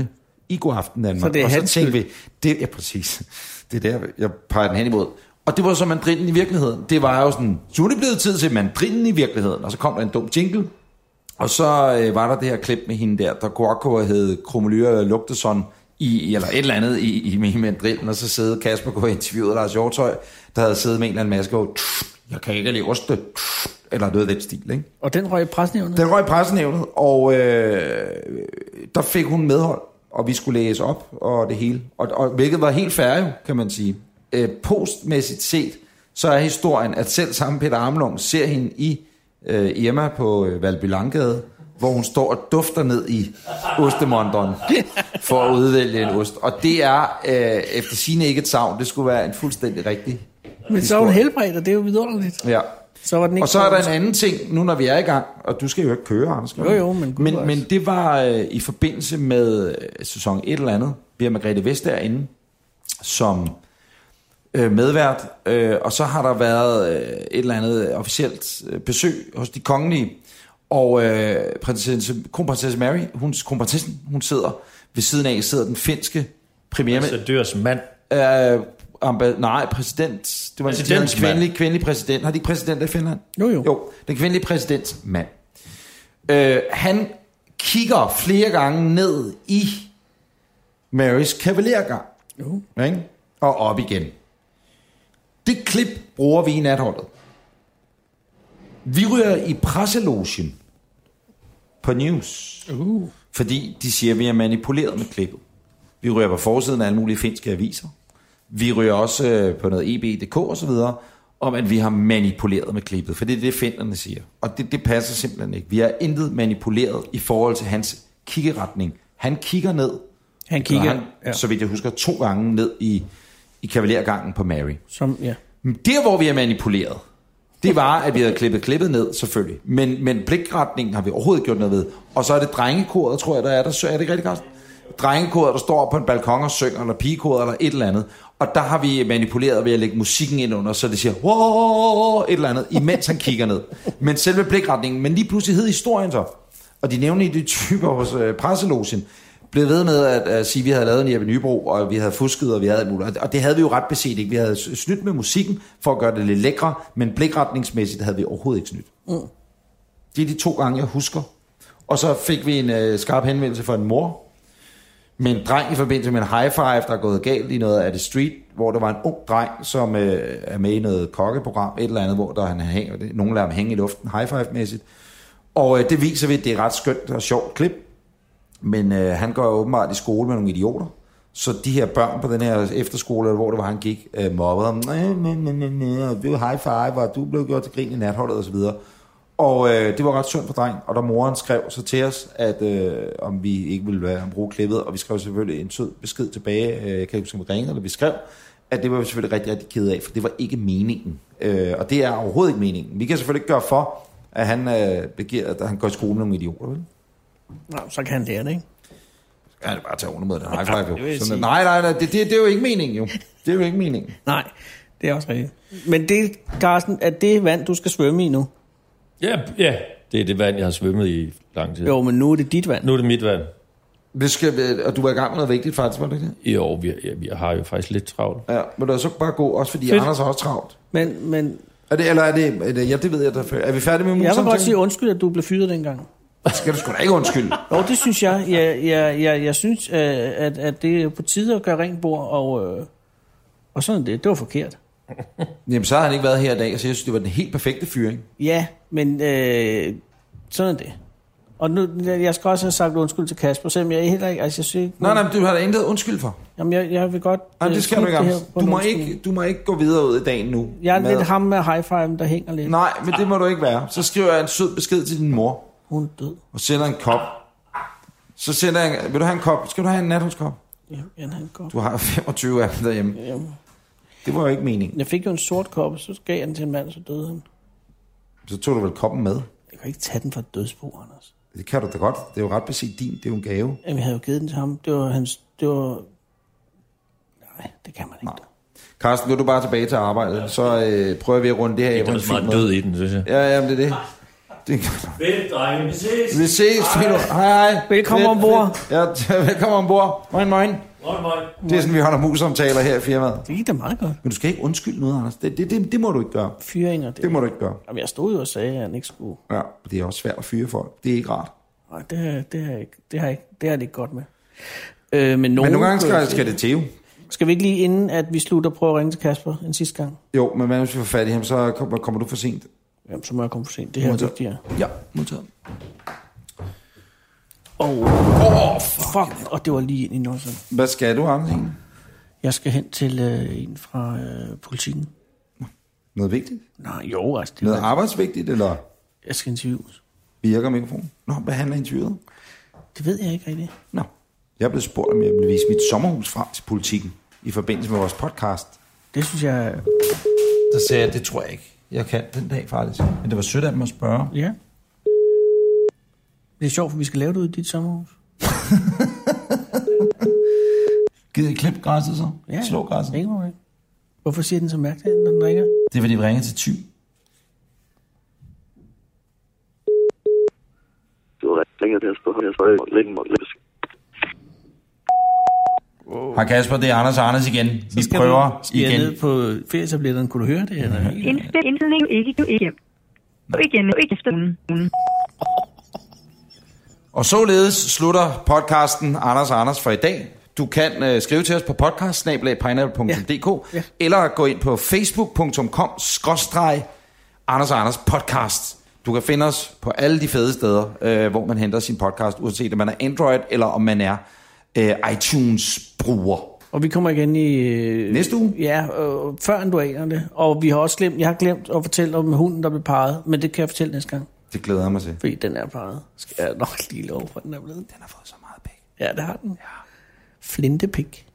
i God Aften Danmark. Så det er og så hans tænkte vi, det er præcis, det er der, jeg peger den hen imod. Og det var så mandrinen i virkeligheden. Det var jo sådan, så er det blevet tid til mandrinen i virkeligheden. Og så kom der en dum jingle. Og så øh, var der det her klip med hende der, der kunne hed Krumelyre Lugteson, i, eller et eller andet i, i, i mandrillen. Og så sidde Kasper gå og interviewede Lars Hjortøj, der havde siddet med en eller anden maske og jeg kan ikke lide oste, eller noget af den stil, ikke? Og den røg i pressenævnet? Den røg i pressenævnet, og øh, der fik hun medhold, og vi skulle læse op, og det hele. Og, og hvilket var helt færdigt, kan man sige. Øh, postmæssigt set, så er historien, at selv sammen Peter Armlund ser hende i øh, Irma på øh, Valby Langgade, hvor hun står og dufter ned i ostemonderen for at udvælge en ost. Og det er øh, efter sigende ikke et savn, det skulle være en fuldstændig rigtig Men så er hun helbredt, og det er jo vidunderligt. Ja. Så var den ikke og så er der en anden ting, nu når vi er i gang, og du skal jo ikke køre, Anders. Jo, jo, men men, men det var øh, i forbindelse med øh, sæson et eller andet. Vi har Margrethe Vestager inde som øh, medvært, øh, og så har der været øh, et eller andet officielt øh, besøg hos de kongelige, og øh, prinsesse, kronprinsesse Mary, hun, kronprinsessen, hun sidder ved siden af, sidder den finske premierminister. Ambassadørs mand. Øh, amba, nej, præsident. Det var en kvindelig, kvindelig præsident. Har de ikke præsident i Finland? Jo, jo. Jo, den kvindelige præsidents mand. Øh, han kigger flere gange ned i Marys kavalergang. Jo. Ikke? Og op igen. Det klip bruger vi i natholdet. Vi ryger i presselogen på News. Uh. Fordi de siger, at vi er manipuleret med klippet. Vi ryger på forsiden af alle mulige finske aviser. Vi ryger også på noget E B punktum d k og så videre, om at vi har manipuleret med klippet. For det er det, finderne siger. Og det, det passer simpelthen ikke. Vi har intet manipuleret i forhold til hans kiggeretning. Han kigger ned. Han kigger, han, ja. Så vidt jeg husker, to gange ned i, i kavalergangen på Mary. Som, ja. Der, hvor vi er manipuleret, det var, at vi havde klippet klippet ned, selvfølgelig. Men, men blikretningen har vi overhovedet gjort noget ved. Og så er det drengekoret, tror jeg, der er der. Så er det ikke rigtig godt? Drengekoret, der står på en balkon og synger, eller pigekoret, eller et eller andet. Og der har vi manipuleret ved at lægge musikken ind under, så det siger, wow, et eller andet, imens han kigger ned. Men selve blikretningen, men lige pludselig hed historien så. Og de nævnte i de typer hos øh, presselogen, blev ved med at, at sige, at vi havde lavet en Jeppe Nybro, og vi havde fusket, og vi havde muligt. Og det havde vi jo ret beset ikke. Vi havde snydt med musikken for at gøre det lidt lækre, men blikretningsmæssigt havde vi overhovedet ikke snydt. Mm. Det er de to gange, jeg husker. Og så fik vi en øh, skarp henvendelse fra en mor, med en dreng i forbindelse med en high five, der er gået galt i noget af The Street, hvor der var en ung dreng, som øh, er med i noget kokkeprogram, et eller andet, hvor der han hænger, nogen lader ham hænge i luften, high five-mæssigt. Og øh, det viser vi, at det er ret skønt og sjovt klip. Men øh, han går jo åbenbart i skole med nogle idioter. Så de her børn på den her efterskole, hvor det var, han gik, øh, mobbede ham. Det var high five, og du blev gjort til grin i natholdet og så videre. Og øh, det var ret synd for dreng. Og da moren skrev så til os, at øh, om vi ikke ville være, bruge klippet, og vi skrev selvfølgelig en sød besked tilbage, øh, jeg kan ikke huske, om vi ringede, eller vi skrev, at det var vi selvfølgelig rigtig, rigtig ked af, for det var ikke meningen. Øh, og det er overhovedet ikke meningen. Vi kan selvfølgelig ikke gøre for, at han, øh, begiver, at han går i skole med nogle idioter, vel? Nå, så kan han lære det, ikke? Ja, det er bare tage under med den high five, jo. Sådan, nej, nej, nej, det, det, det er jo ikke meningen, jo. Det er jo ikke meningen. Nej, det er også rigtigt. Men det, Carsten, er det vand, du skal svømme i nu? Ja, ja, det er det vand, jeg har svømmet i lang tid. Jo, men nu er det dit vand. Nu er det mit vand. Det skal, og du var i gang med noget vigtigt, faktisk, var det ikke det? Jo, vi, ja, vi har jo faktisk lidt travlt. Ja, men det er så bare gå, også fordi Fedt. Anders har også travlt. Men, men... Er det, eller er det, er det, ja, det ved jeg, der er vi færdige med Jeg vil godt sige undskyld, at du blev fyret dengang. Skal du sgu da ikke undskylde? Jo, det synes jeg. Jeg, jeg, jeg, jeg synes, at, at det er på tide at gøre rent bord, og, og sådan det. Det var forkert. Jamen, så har han ikke været her i dag, så jeg synes, det var den helt perfekte fyring. Ja, men øh, sådan er det. Og nu, jeg skal også have sagt undskyld til Kasper, selvom jeg heller ikke... Altså, jeg synes ikke nej, nej, du har da intet undskyld for. Jamen, jeg, jeg vil godt... Nej, det skal du ikke, du må ikke, du må ikke gå videre ud i dagen nu. Jeg er med... lidt ham med high five, der hænger lidt. Nej, men det må du ikke være. Så skriver jeg en sød besked til din mor. Hun er død. Og sender en kop. Så sender jeg... Vil du have en kop? Skal du have en natholskop? Jeg vil gerne have en kop. Du har femogtyve af dem derhjemme. Jamen. Det var jo ikke meningen. Jeg fik jo en sort kop, og så gav jeg den til en mand, så døde han. Så tog du vel koppen med? Jeg kan ikke tage den fra et dødsbo, Anders. Det kan du da godt. Det er jo ret beset din. Det er jo en gave. Jamen, jeg havde jo givet den til ham. Det var hans... Det var... Nej, det kan man ikke. Nej. Carsten, nu er du bare tilbage til arbejdet. Så øh, prøver vi at runde det her af. Det er også meget død i den, synes jeg. Ja, jamen det er det. Det... Fedt, drenge. Vi ses. Vi ses, Fino. Hej, hej. Velkommen ombord. Ja, velkommen ombord. Moin, moin. Moin, moin. Det er sådan, vi holder mus-samtaler her i firmaet. Det gik da meget godt. Men du skal ikke undskylde noget, Anders. Det, det, det, det må du ikke gøre. Fyringer. Det, Det må du ikke gøre. Jamen, jeg stod jo og sagde, at han ikke skulle. Ja, det er også svært at fyre folk. Det er ikke rart. Nej, det, har- det, har jeg ikke, det, har jeg ikke, det har det ikke godt med. Øh, men, Men nogen, nogle gange skal, skal det til jo. Skal vi ikke lige inden, at vi slutter, prøve at ringe til Kasper en sidste gang? Jo, men hvad hvis vi får fat i ham, så kommer, kommer du for sent. Jamen, så må jeg komme for sent. Det her er Modtaget. vigtigere. Ja, modtaget. Åh, oh, fuck. Og det var lige ind i noget. Hvad skal du, Anders? egentlig? Jeg skal hen til øh, en fra øh, politikken. Noget vigtigt? Nej, jo, altså. Det Noget var, arbejdsvigtigt, eller jeg skal interviews. virker mikrofonen? Nå, hvad handler interviewet? Det ved jeg ikke rigtigt. Nå, jeg er blevet spurgt, om jeg vil vise mit sommerhus frem til politikken i forbindelse med vores podcast. Det synes jeg... Der sagde jeg, det tror jeg ikke. Jeg kan den dag faktisk. Men det var sødt af dem at spørge. Ja. Det er sjovt, for vi skal lave det ud i dit sommerhus. Gider I klippe græsset så? Ja, Slå græsset? Ikke noget. Hvorfor siger den så mærkeligt, når den ringer? Det er, fordi vi ringer til Ty. Du ringer til Jesper, jeg spørger og lægge mig lidt. Hej Kasper, det er Anders og Anders igen. Vi skal prøver du, skal jeg igen. ned på ferietabletterne. Kunne du høre det? Eller? Indspil indledning ikke du ikke. Og igen og ikke efter ugen. Og således slutter podcasten Anders og Anders for i dag. Du kan øh, skrive til os på podcast snabel-a pineapple punktum d k Ja. Ja. eller gå ind på facebook punktum com skråstreg Anders og Anders podcast. Du kan finde os på alle de fede steder, øh, hvor man henter sin podcast, uanset om man er Android eller om man er øh, iTunes-bruger. Og vi kommer igen i... Øh, Næste uge? Ja, øh, før end du aner det. Og vi har også glemt... Jeg har glemt at fortælle om hunden, der blev parret. Men det kan jeg fortælle næste gang. Det glæder jeg mig til. Fordi den er parret. Skal jeg nok lige love, for den er blevet. Den har fået så meget pæk. Ja, det har den. Ja. Flintepik.